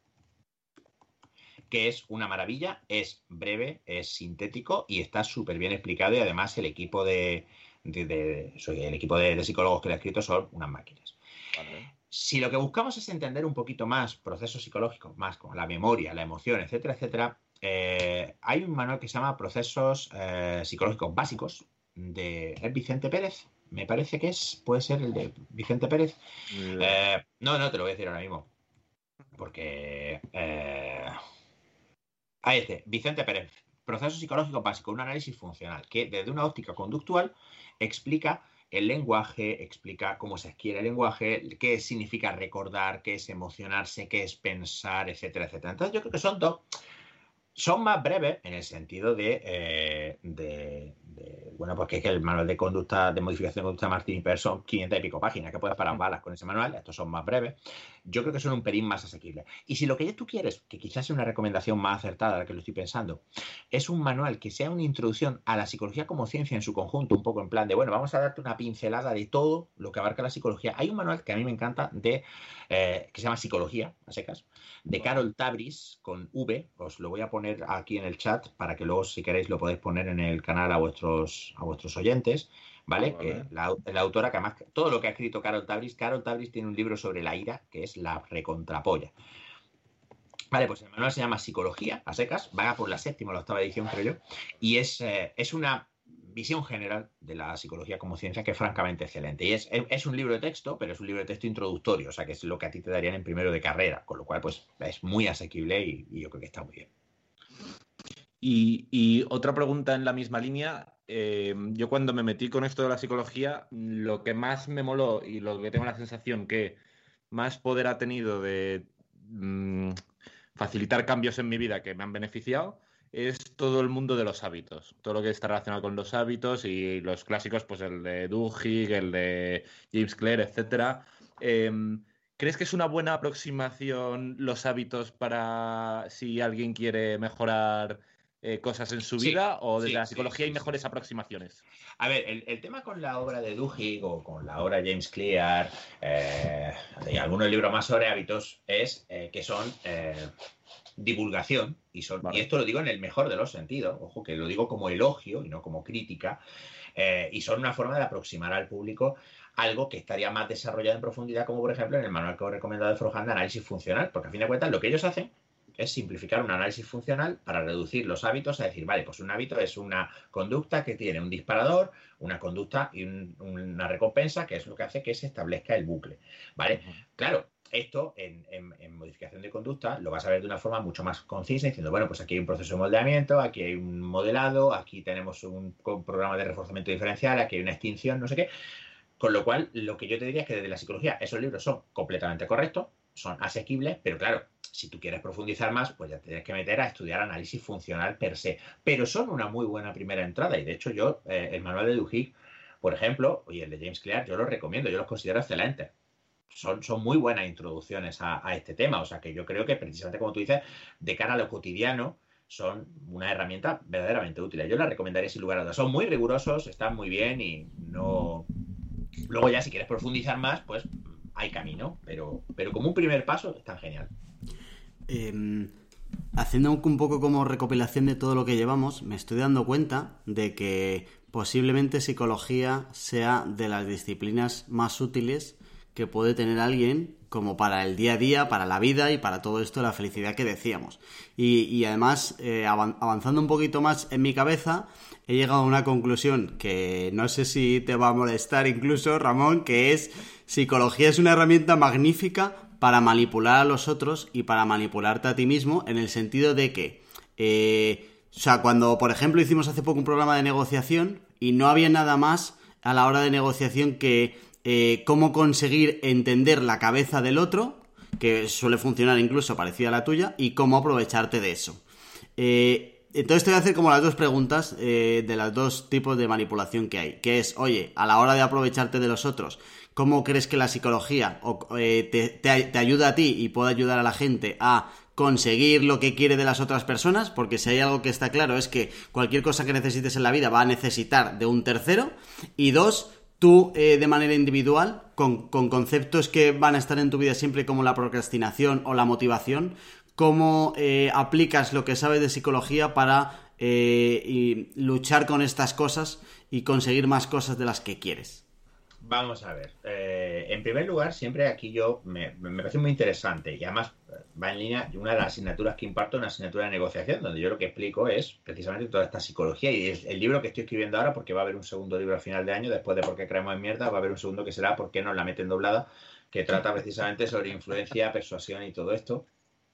que es una maravilla, es breve, es sintético y está súper bien explicado, y además el equipo de, de, de soy el equipo de, de psicólogos que lo ha escrito son unas máquinas. Vale. Si lo que buscamos es entender un poquito más procesos psicológicos, más como la memoria, la emoción, etcétera, etcétera, eh, hay un manual que se llama Procesos eh, Psicológicos Básicos de ¿es Vicente Pérez? Me parece que es, puede ser el de Vicente Pérez. Yeah. Eh, no, no, te lo voy a decir ahora mismo. Porque... Eh, ahí este, Vicente Pérez. Procesos Psicológicos Básicos, un análisis funcional, que desde una óptica conductual explica el lenguaje, explica cómo se adquiere el lenguaje, qué significa recordar, qué es emocionarse, qué es pensar, etcétera, etcétera. Entonces yo creo que son dos, son más breves en el sentido de, eh, de, de bueno, pues que es que el manual de conducta, de modificación de conducta de Martin y Pérez son quinientas y pico páginas, que puedes parar balas con ese manual. Estos son más breves. Yo creo que son un pelín más asequibles. Y si lo que tú quieres, que quizás sea una recomendación más acertada, la que lo estoy pensando, es un manual que sea una introducción a la psicología como ciencia en su conjunto, un poco en plan de, bueno, vamos a darte una pincelada de todo lo que abarca la psicología. Hay un manual que a mí me encanta de, eh, que se llama Psicología, a secas, de Carol Tabris, con V. Os lo voy a poner aquí en el chat para que luego, si queréis, lo podéis poner en el canal a vuestros, a vuestros oyentes, ¿vale? vale. Que la, la autora, que además, todo lo que ha escrito Carol Tabris, Carol Tabris tiene un libro sobre la ira, que es la recontrapolla. Vale, pues el manual se llama Psicología, a secas, va por la séptima o la octava edición, creo yo, y es, eh, es una visión general de la psicología como ciencia que es francamente excelente. Y es, es un libro de texto, pero es un libro de texto introductorio, o sea, que es lo que a ti te darían en primero de carrera, con lo cual, pues, es muy asequible y, y yo creo que está muy bien. Y, y otra pregunta en la misma línea, eh, yo cuando me metí con esto de la psicología, lo que más me moló y lo que tengo la sensación que más poder ha tenido de mmm, facilitar cambios en mi vida que me han beneficiado es todo el mundo de los hábitos, todo lo que está relacionado con los hábitos y los clásicos, pues el de Duhigg, el de James Clear, etcétera. Eh, ¿crees que es una buena aproximación los hábitos para si alguien quiere mejorar eh, cosas en su Sí, vida? ¿O desde sí, la sí, psicología sí, hay mejores sí. aproximaciones? A ver, el, el tema con la obra de Duhigg o con la obra de James Clear eh, y algunos libros más sobre hábitos es eh, que son eh, divulgación y, son, y Vale. esto lo digo en el mejor de los sentidos, ojo, que lo digo como elogio y no como crítica, eh, y son una forma de aproximar al público algo que estaría más desarrollado en profundidad, como por ejemplo en el manual que os he recomendado de Frohán de análisis funcional, porque a fin de cuentas lo que ellos hacen es simplificar un análisis funcional para reducir los hábitos a decir, vale, pues un hábito es una conducta que tiene un disparador, una conducta y un, una recompensa, que es lo que hace que se establezca el bucle, ¿vale? Uh-huh. Claro, esto en, en, en modificación de conducta lo vas a ver de una forma mucho más concisa, diciendo, bueno, pues aquí hay un proceso de moldeamiento, aquí hay un modelado, aquí tenemos un, un programa de reforzamiento diferencial, aquí hay una extinción, no sé qué. Con lo cual, lo que yo te diría es que desde la psicología esos libros son completamente correctos, son asequibles, pero claro, si tú quieres profundizar más, pues ya te tienes que meter a estudiar análisis funcional per se. Pero son una muy buena primera entrada y de hecho yo, eh, el manual de Duhigg, por ejemplo, y el de James Clear, yo los recomiendo, yo los considero excelentes. Son, son muy buenas introducciones a, a este tema, o sea que yo creo que precisamente como tú dices, de cara a lo cotidiano, son una herramienta verdaderamente útil. Yo la recomendaría sin lugar a dudas. Son muy rigurosos, están muy bien y no... Luego ya si quieres profundizar más, pues hay camino, pero, pero como un primer paso están genial. Eh, haciendo un poco como recopilación de todo lo que llevamos, me estoy dando cuenta de que posiblemente psicología sea de las disciplinas más útiles que puede tener alguien como para el día a día, para la vida y para todo esto de la felicidad que decíamos. Y, y además, eh, avanzando un poquito más en mi cabeza, he llegado a una conclusión que no sé si te va a molestar incluso, Ramón, que es: psicología es una herramienta magnífica para manipular a los otros y para manipularte a ti mismo, en el sentido de que, eh, o sea, cuando, por ejemplo, hicimos hace poco un programa de negociación y no había nada más a la hora de negociación que eh, cómo conseguir entender la cabeza del otro, que suele funcionar incluso parecida a la tuya, y cómo aprovecharte de eso. Eh, entonces te voy a hacer como las dos preguntas eh, de los dos tipos de manipulación que hay, que es, oye, a la hora de aprovecharte de los otros, ¿cómo crees que la psicología eh, te, te, te ayuda a ti y puede ayudar a la gente a conseguir lo que quiere de las otras personas? Porque si hay algo que está claro es que cualquier cosa que necesites en la vida va a necesitar de un tercero. Y dos, tú eh, de manera individual, con, con conceptos que van a estar en tu vida siempre, como la procrastinación o la motivación, ¿cómo eh, aplicas lo que sabes de psicología para eh, y luchar con estas cosas y conseguir más cosas de las que quieres? Vamos a ver. Eh, en primer lugar, siempre aquí yo me, me parece muy interesante y además va en línea una de las asignaturas que imparto, una asignatura de negociación, donde yo lo que explico es precisamente toda esta psicología y es el libro que estoy escribiendo ahora, porque va a haber un segundo libro al final de año, después de Por qué creemos en mierda, va a haber un segundo que será Por qué nos la meten doblada, que trata precisamente sobre influencia, persuasión y todo esto.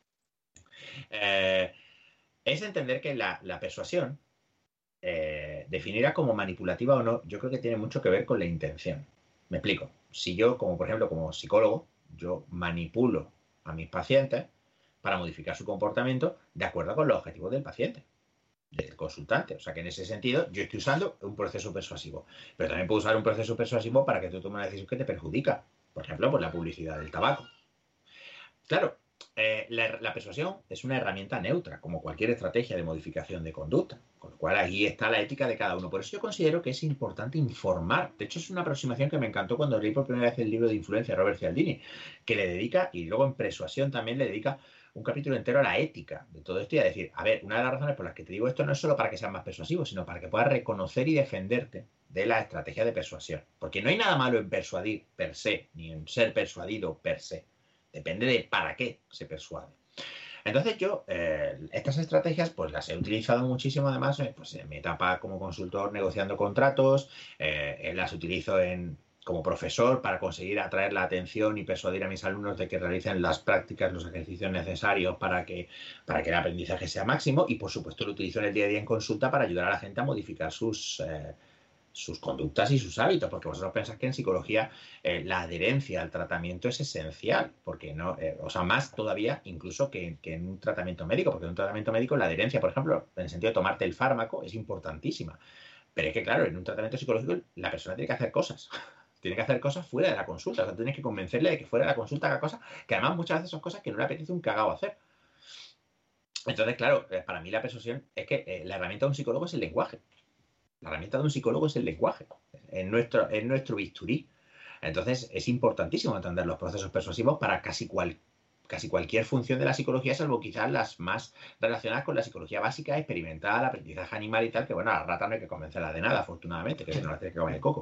Eh, es entender que la, la persuasión, eh, definirla como manipulativa o no, yo creo que tiene mucho que ver con la intención. Me explico. Si yo, como por ejemplo, como psicólogo, yo manipulo a mis pacientes para modificar su comportamiento de acuerdo con los objetivos del paciente, del consultante. O sea que en ese sentido yo estoy usando un proceso persuasivo. Pero también puedo usar un proceso persuasivo para que tú tomes una decisión que te perjudica. Por ejemplo, pues la publicidad del tabaco. Claro, eh, la, la persuasión es una herramienta neutra, como cualquier estrategia de modificación de conducta. Con lo cual ahí está la ética de cada uno. Por eso yo considero que es importante informar. De hecho, es una aproximación que me encantó cuando leí por primera vez el libro de Influencia de Robert Cialdini, que le dedica, y luego en Persuasión también le dedica un capítulo entero a la ética de todo esto y a decir, a ver, una de las razones por las que te digo esto no es solo para que seas más persuasivo, sino para que puedas reconocer y defenderte de la estrategia de persuasión. Porque no hay nada malo en persuadir per se, ni en ser persuadido per se. Depende de para qué se persuade. Entonces yo, eh, estas estrategias pues las he utilizado muchísimo además eh, pues, en mi etapa como consultor negociando contratos, eh, las utilizo en, como profesor para conseguir atraer la atención y persuadir a mis alumnos de que realicen las prácticas, los ejercicios necesarios para que, para que el aprendizaje sea máximo y por supuesto lo utilizo en el día a día en consulta para ayudar a la gente a modificar sus... Eh, sus conductas y sus hábitos, porque vosotros pensáis que en psicología eh, la adherencia al tratamiento es esencial, porque no, eh, o sea, más todavía incluso que, que en un tratamiento médico, porque en un tratamiento médico la adherencia, por ejemplo, en el sentido de tomarte el fármaco, es importantísima. Pero es que, claro, en un tratamiento psicológico la persona tiene que hacer cosas. Tiene que hacer cosas fuera de la consulta. O sea, tienes que convencerle de que fuera de la consulta haga cosas que además muchas veces son cosas que no le apetece un cagao hacer. Entonces, claro, para mí la persuasión es que eh, la herramienta de un psicólogo es el lenguaje. La herramienta de un psicólogo es el lenguaje. Es nuestro, es nuestro bisturí. Entonces, es importantísimo entender los procesos persuasivos para casi, cual, casi cualquier función de la psicología, salvo quizás las más relacionadas con la psicología básica, experimental, aprendizaje animal y tal, que bueno, a la rata no hay que convencerla de nada, afortunadamente, que no la tiene que comer el coco.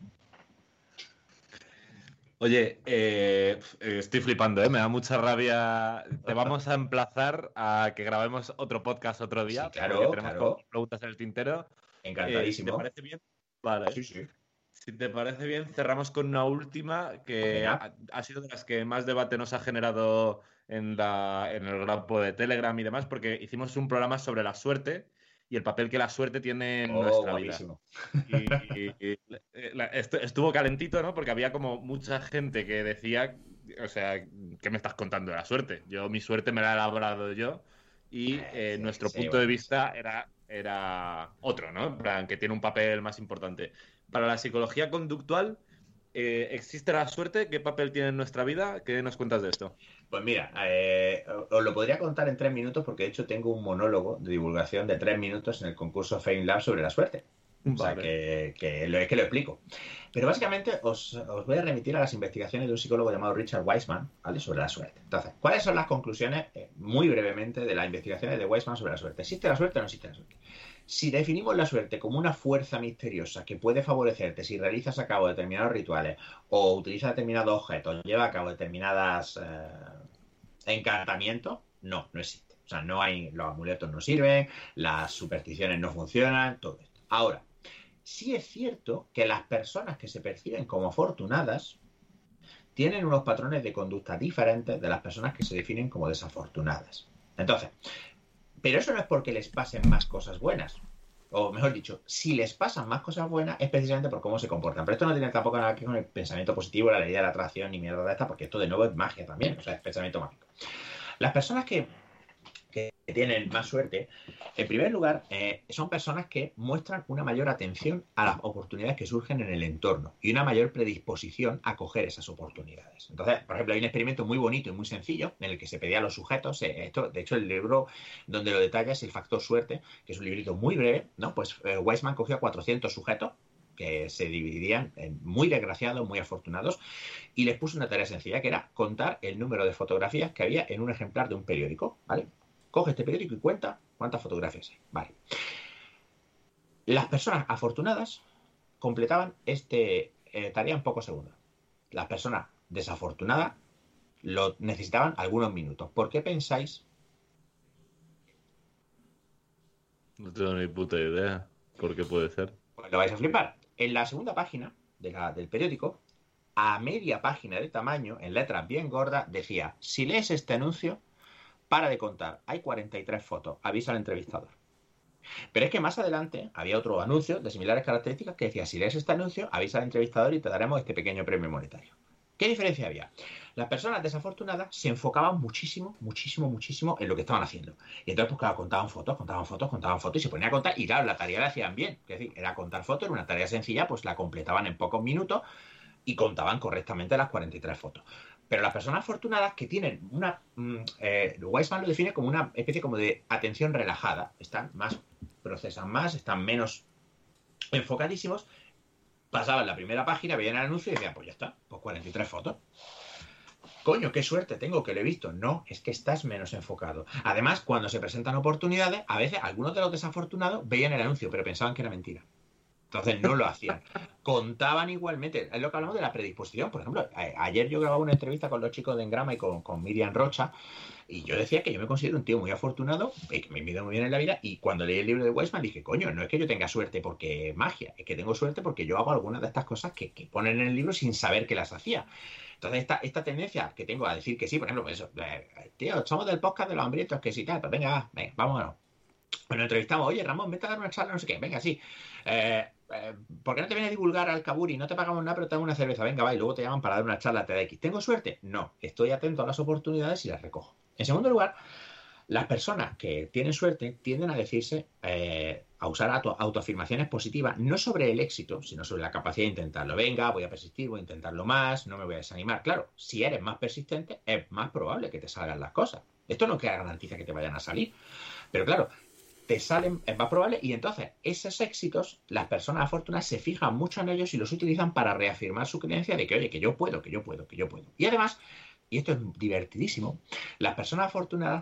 Oye, eh, estoy flipando, ¿eh? Me da mucha rabia. Te vamos a emplazar a que grabemos otro podcast otro día. Sí, claro, porque tenemos claro. preguntas en el tintero. Encantadísimo. Eh, ¿Te parece bien? Vale. Sí, sí. Si te parece bien, cerramos con una última que ha, ha sido de las que más debate nos ha generado en, la, en el grupo de Telegram y demás, porque hicimos un programa sobre la suerte y el papel que la suerte tiene en oh, nuestra guapísimo. vida. Y, y, y estuvo calentito, ¿no? Porque había como mucha gente que decía, o sea, ¿qué me estás contando de la suerte? Yo, mi suerte me la he elaborado yo y eh, sí, nuestro sí, punto bueno, de vista sí. era, era otro, ¿no? En plan, que tiene un papel más importante. Para la psicología conductual, eh, ¿existe la suerte? ¿Qué papel tiene en nuestra vida? ¿Qué nos cuentas de esto? Pues mira, eh, os lo podría contar en tres minutos porque de hecho tengo un monólogo de divulgación de tres minutos en el concurso Fame Lab sobre la suerte. Vale. O sea, que, que, lo, que lo explico. Pero básicamente os, os voy a remitir a las investigaciones de un psicólogo llamado Richard Wiseman, ¿vale? Sobre la suerte. Entonces, ¿cuáles son las conclusiones, eh, muy brevemente, de las investigaciones de Wiseman sobre la suerte? ¿Existe la suerte o no existe la suerte? Si definimos la suerte como una fuerza misteriosa que puede favorecerte si realizas a cabo determinados rituales o utilizas determinados objetos, lleva a cabo determinadas eh, encantamientos, no, no existe. O sea, no hay, los amuletos no sirven, las supersticiones no funcionan, todo esto. Ahora, sí es cierto que las personas que se perciben como afortunadas tienen unos patrones de conducta diferentes de las personas que se definen como desafortunadas. Entonces, pero eso no es porque les pasen más cosas buenas. O mejor dicho, si les pasan más cosas buenas es precisamente por cómo se comportan. Pero esto no tiene tampoco nada que ver con el pensamiento positivo, la ley de la atracción ni mierda de esta, porque esto de nuevo es magia también, o sea, es pensamiento mágico. Las personas que, que tienen más suerte, en primer lugar, eh, son personas que muestran una mayor atención a las oportunidades que surgen en el entorno y una mayor predisposición a coger esas oportunidades. Entonces, por ejemplo, hay un experimento muy bonito y muy sencillo en el que se pedía a los sujetos, eh, esto, de hecho, el libro donde lo detalla es El factor suerte, que es un librito muy breve, ¿no? Pues eh, Wiseman cogió a cuatrocientos sujetos que se dividían en muy desgraciados, muy afortunados, y les puso una tarea sencilla, que era contar el número de fotografías que había en un ejemplar de un periódico, ¿vale? Coge este periódico y cuenta cuántas fotografías hay. Vale. Las personas afortunadas completaban esta eh, tarea en pocos segundos. Las personas desafortunadas lo necesitaban algunos minutos. ¿Por qué pensáis? No tengo ni puta idea. ¿Por qué puede ser? Pues lo vais a flipar. En la segunda página de la, del periódico, a media página de tamaño, en letras bien gordas, decía: si lees este anuncio, para de contar, hay cuarenta y tres fotos, avisa al entrevistador. Pero es que más adelante había otro anuncio de similares características que decía: si lees este anuncio, avisa al entrevistador y te daremos este pequeño premio monetario. ¿Qué diferencia había? Las personas desafortunadas se enfocaban muchísimo, muchísimo, muchísimo en lo que estaban haciendo. Y entonces, pues claro, contaban fotos, contaban fotos, contaban fotos y se ponían a contar. Y claro, la tarea la hacían bien. Es decir, era contar fotos, era una tarea sencilla, pues la completaban en pocos minutos y contaban correctamente las cuarenta y tres fotos. Pero las personas afortunadas que tienen una... Eh, Wiseman lo define como una especie como de atención relajada. Están más, procesan más, están menos enfocadísimos. Pasaban la primera página, veían el anuncio y decían: pues ya está, pues cuarenta y tres fotos. Coño, qué suerte tengo que lo he visto. No, es que estás menos enfocado. Además, cuando se presentan oportunidades, a veces algunos de los desafortunados veían el anuncio, pero pensaban que era mentira. Entonces no lo hacían. Contaban igualmente. Es lo que hablamos de la predisposición. Por ejemplo, a- ayer yo grababa una entrevista con los chicos de Engrama y con, con Miriam Rocha, y yo decía que yo me considero un tío muy afortunado, y que me he ido muy bien en la vida, y cuando leí el libro de Wiseman dije: coño, no es que yo tenga suerte porque es magia, es que tengo suerte porque yo hago algunas de estas cosas que, que ponen en el libro sin saber que las hacía. Entonces, esta, esta tendencia que tengo a decir que sí, por ejemplo, pues eso, eh, tío, somos del podcast de los hambrientos, que sí, tal, pues venga, va, venga, vámonos. Bueno, entrevistamos: oye, Ramón, vete a dar una charla, no sé qué, venga, sí. Eh, eh, ¿Por qué no te vienes a divulgar al Kaburi? No te pagamos nada, pero te damos una cerveza, venga, va, y luego te llaman para dar una charla T E D X. ¿Tengo suerte? No, estoy atento a las oportunidades y las recojo. En segundo lugar, Las personas que tienen suerte tienden a decirse, eh, a usar auto, autoafirmaciones positivas, no sobre el éxito, sino sobre la capacidad de intentarlo. Venga, voy a persistir, voy a intentarlo más, no me voy a desanimar. Claro, si eres más persistente, es más probable que te salgan las cosas. Esto no garantiza que te vayan a salir. Pero claro, te salen, es más probable, y entonces esos éxitos, las personas afortunadas se fijan mucho en ellos y los utilizan para reafirmar su creencia de que, oye, que yo puedo, que yo puedo, que yo puedo. Y además, y esto es divertidísimo, las personas afortunadas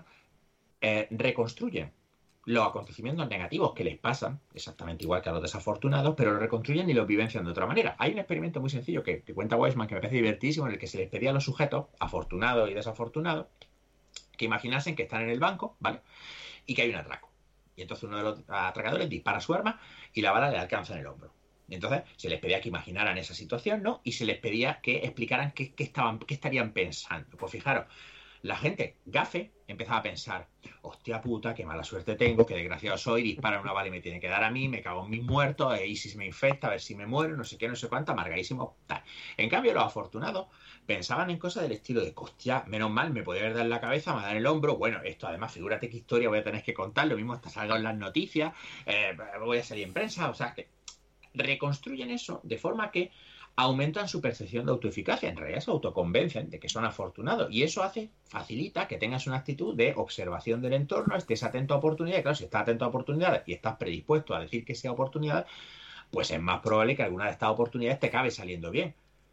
eh, reconstruyen los acontecimientos negativos que les pasan, exactamente igual que a los desafortunados, pero lo reconstruyen y los vivencian de otra manera. Hay un experimento muy sencillo que, que cuenta Weisman, que me parece divertidísimo, en el que se les pedía a los sujetos, afortunados y desafortunados, que imaginasen que están en el banco, ¿vale? Y que hay un atraco. Y entonces uno de los atracadores dispara su arma y la bala le alcanza en el hombro. Y entonces se les pedía que imaginaran esa situación, ¿no? Y se les pedía que explicaran qué, qué, estaban, qué estarían pensando. Pues fijaros, la gente gafe empezaba a pensar, hostia puta, qué mala suerte tengo, qué desgraciado soy, dispara una bala y me tiene que dar a mí, me cago en mis muertos, y si se me infecta, a ver si me muero, no sé qué, no sé cuánto, amargadísimo, tal. En cambio, los afortunados pensaban en cosas del estilo de, hostia, menos mal, me puede haber dado en la cabeza, me ha dado en el hombro, bueno, esto además, figúrate qué historia voy a tener que contar, lo mismo hasta salga en las noticias, eh, voy a salir en prensa, o sea, que reconstruyen eso de forma que aumentan su percepción de autoeficacia, en realidad se autoconvencen de que son afortunados y eso hace, facilita que tengas una actitud de observación del entorno, estés atento a oportunidades. Claro, si estás atento a oportunidades y estás predispuesto a decir que sea oportunidad, pues es más probable que alguna de estas oportunidades te acabe saliendo bien.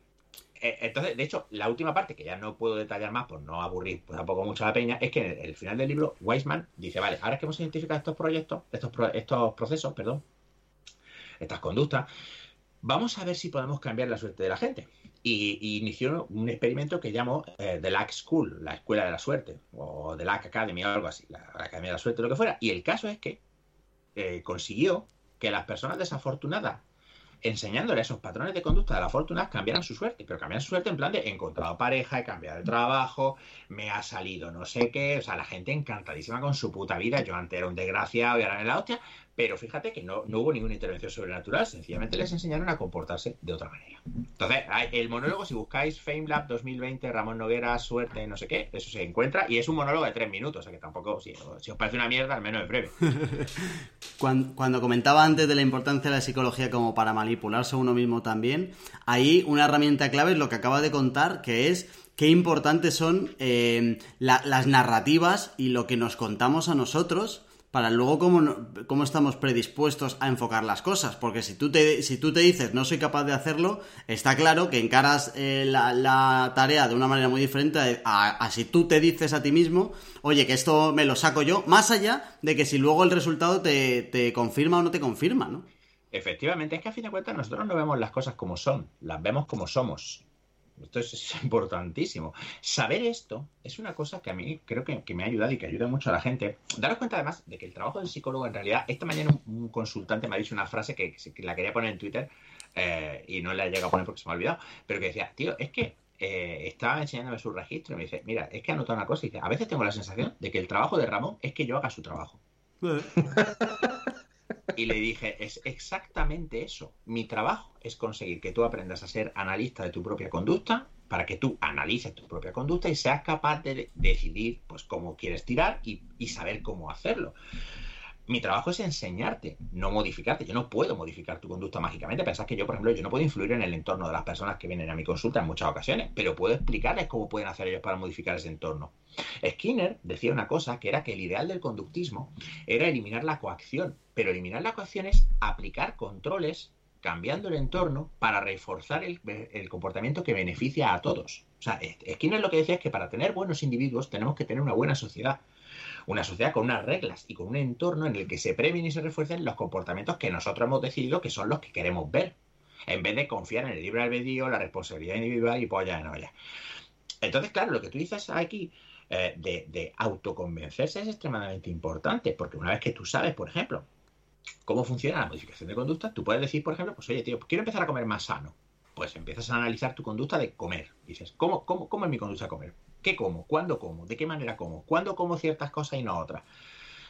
Entonces, de hecho, la última parte, que ya no puedo detallar más por no aburrir pues, tampoco mucho a la peña, es que en el, el final del libro Weisman dice, vale, ahora que hemos identificado estos proyectos, estos, pro, estos procesos, perdón, estas conductas, vamos a ver si podemos cambiar la suerte de la gente. Y, y inició un experimento que llamó eh, The Luck School, la escuela de la suerte, o The Luck Academy o algo así, la, la Academia de la Suerte, lo que fuera. Y el caso es que eh, consiguió que las personas desafortunadas, enseñándole esos patrones de conducta de las afortunadas, cambiaran su suerte. Pero cambiaran su suerte en plan de he encontrado pareja, he cambiado de trabajo, me ha salido no sé qué. O sea, la gente encantadísima con su puta vida. Yo antes era un desgraciado y ahora en la hostia. Pero fíjate que no, no hubo ninguna intervención sobrenatural, sencillamente les enseñaron a comportarse de otra manera. Entonces, el monólogo, si buscáis FameLab dos mil veinte, Ramón Noguera, suerte, no sé qué, eso se encuentra, y es un monólogo de tres minutos, o sea que tampoco, si, si os parece una mierda, al menos es breve. Cuando, cuando comentaba antes de la importancia de la psicología como para manipularse a uno mismo también, ahí una herramienta clave es lo que acaba de contar, que es qué importantes son eh, la, las narrativas y lo que nos contamos a nosotros para luego cómo, cómo estamos predispuestos a enfocar las cosas. Porque si tú te, si tú te dices no soy capaz de hacerlo, está claro que encaras eh, la, la tarea de una manera muy diferente a, a, a si tú te dices a ti mismo, oye, que esto me lo saco yo, más allá de que si luego el resultado te, te confirma o no te confirma, ¿no? Efectivamente, es que a fin de cuentas nosotros no vemos las cosas como son, las vemos como somos. Esto es, es importantísimo. Saber esto es una cosa que a mí creo que, que me ha ayudado y que ayuda mucho a la gente. Daros cuenta además de que el trabajo del psicólogo en realidad, esta mañana un, un consultante me ha dicho una frase que, que la quería poner en Twitter eh, y no la he llegado a poner porque se me ha olvidado, pero que decía, tío, es que eh, estaba enseñándome su registro y me dice, mira, es que ha notado una cosa y dice, a veces tengo la sensación de que el trabajo de Ramón es que yo haga su trabajo. Y le dije, es exactamente eso. Mi trabajo es conseguir que tú aprendas a ser analista de tu propia conducta, para que tú analices tu propia conducta y seas capaz de decidir pues cómo quieres tirar y, y saber cómo hacerlo. Mi trabajo es enseñarte, no modificarte. Yo no puedo modificar tu conducta mágicamente. Pensás que yo, por ejemplo, yo no puedo influir en el entorno de las personas que vienen a mi consulta en muchas ocasiones, pero puedo explicarles cómo pueden hacer ellos para modificar ese entorno. Skinner decía una cosa, que era que el ideal del conductismo era eliminar la coacción, pero eliminar la coacción es aplicar controles cambiando el entorno para reforzar el, el comportamiento que beneficia a todos. O sea, Skinner lo que decía es que para tener buenos individuos tenemos que tener una buena sociedad. Una sociedad con unas reglas y con un entorno en el que se premien y se refuercen los comportamientos que nosotros hemos decidido que son los que queremos ver, en vez de confiar en el libre albedrío, la responsabilidad individual y polla en olla. Entonces, claro, lo que tú dices aquí eh, de, de autoconvencerse es extremadamente importante, porque una vez que tú sabes, por ejemplo, cómo funciona la modificación de conducta, tú puedes decir, por ejemplo, pues oye, tío, pues quiero empezar a comer más sano. Pues empiezas a analizar tu conducta de comer. Dices, ¿cómo, cómo, cómo es mi conducta a comer? ¿Qué como? ¿Cuándo como? ¿De qué manera como? ¿Cuándo como ciertas cosas y no otras?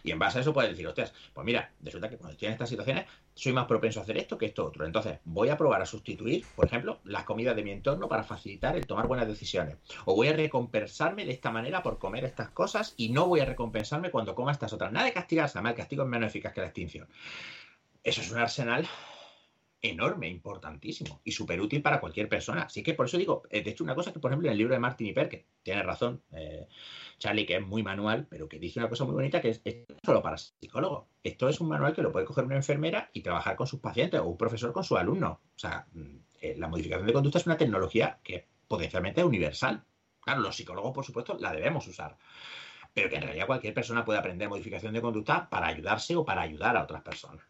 Y en base a eso puedes decir, hostias, pues mira, resulta que cuando estoy en estas situaciones soy más propenso a hacer esto que esto otro. Entonces voy a probar a sustituir, por ejemplo, las comidas de mi entorno para facilitar el tomar buenas decisiones. O voy a recompensarme de esta manera por comer estas cosas y no voy a recompensarme cuando coma estas otras. Nada de castigarse, además el castigo es menos eficaz que la extinción. Eso es un arsenal enorme, importantísimo y súper útil para cualquier persona. Así que por eso digo, de hecho, una cosa que, por ejemplo, en el libro de Martin y Per, que tiene razón, eh, Charlie, que es muy manual, pero que dice una cosa muy bonita, que es, esto no es solo para psicólogos. Esto es un manual que lo puede coger una enfermera y trabajar con sus pacientes o un profesor con sus alumnos. O sea, eh, la modificación de conducta es una tecnología que potencialmente es universal. Claro, los psicólogos, por supuesto, la debemos usar. Pero que en realidad cualquier persona puede aprender modificación de conducta para ayudarse o para ayudar a otras personas.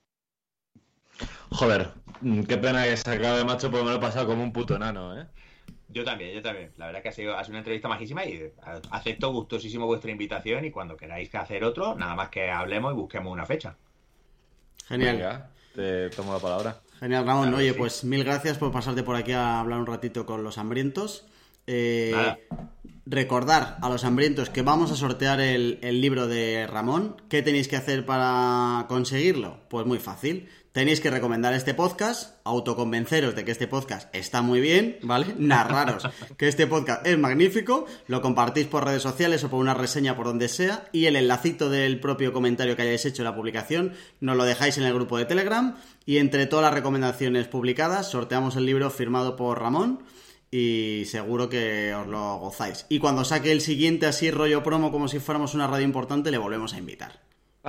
Joder, qué pena que se acabe, macho, porque me lo he pasado como un puto enano, ¿eh? Yo también, yo también. La verdad que ha sido, ha sido una entrevista majísima y acepto gustosísimo vuestra invitación y cuando queráis hacer otro, nada más que hablemos y busquemos una fecha. Genial. Venga, te tomo la palabra. Genial, Ramón. Claro, Oye, sí. pues mil gracias por pasarte por aquí a hablar un ratito con los hambrientos. Eh, Nada. recordar a los hambrientos que vamos a sortear el, el libro de Ramón. ¿Qué tenéis que hacer para conseguirlo? Pues muy fácil. Tenéis que recomendar este podcast, autoconvenceros de que este podcast está muy bien, ¿vale? Narraros que este podcast es magnífico, lo compartís por redes sociales o por una reseña por donde sea y el enlacito del propio comentario que hayáis hecho en la publicación nos lo dejáis en el grupo de Telegram y entre todas las recomendaciones publicadas sorteamos el libro firmado por Ramón y seguro que os lo gozáis. Y cuando saque el siguiente así rollo promo como si fuéramos una radio importante le volvemos a invitar.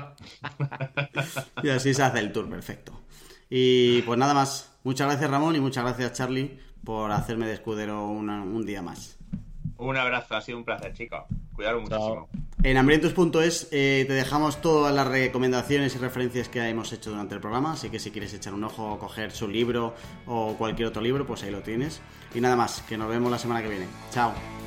Y así se hace el tour, perfecto. Y pues nada más, muchas gracias Ramón y muchas gracias Charlie por hacerme de escudero una, un día más. Un abrazo, ha sido un placer, chicos. Cuidaros muchísimo. En hambrientos punto es eh, te dejamos todas las recomendaciones y referencias que hemos hecho durante el programa, así que si quieres echar un ojo, coger su libro o cualquier otro libro, pues ahí lo tienes. Y nada más, que nos vemos la semana que viene. Chao.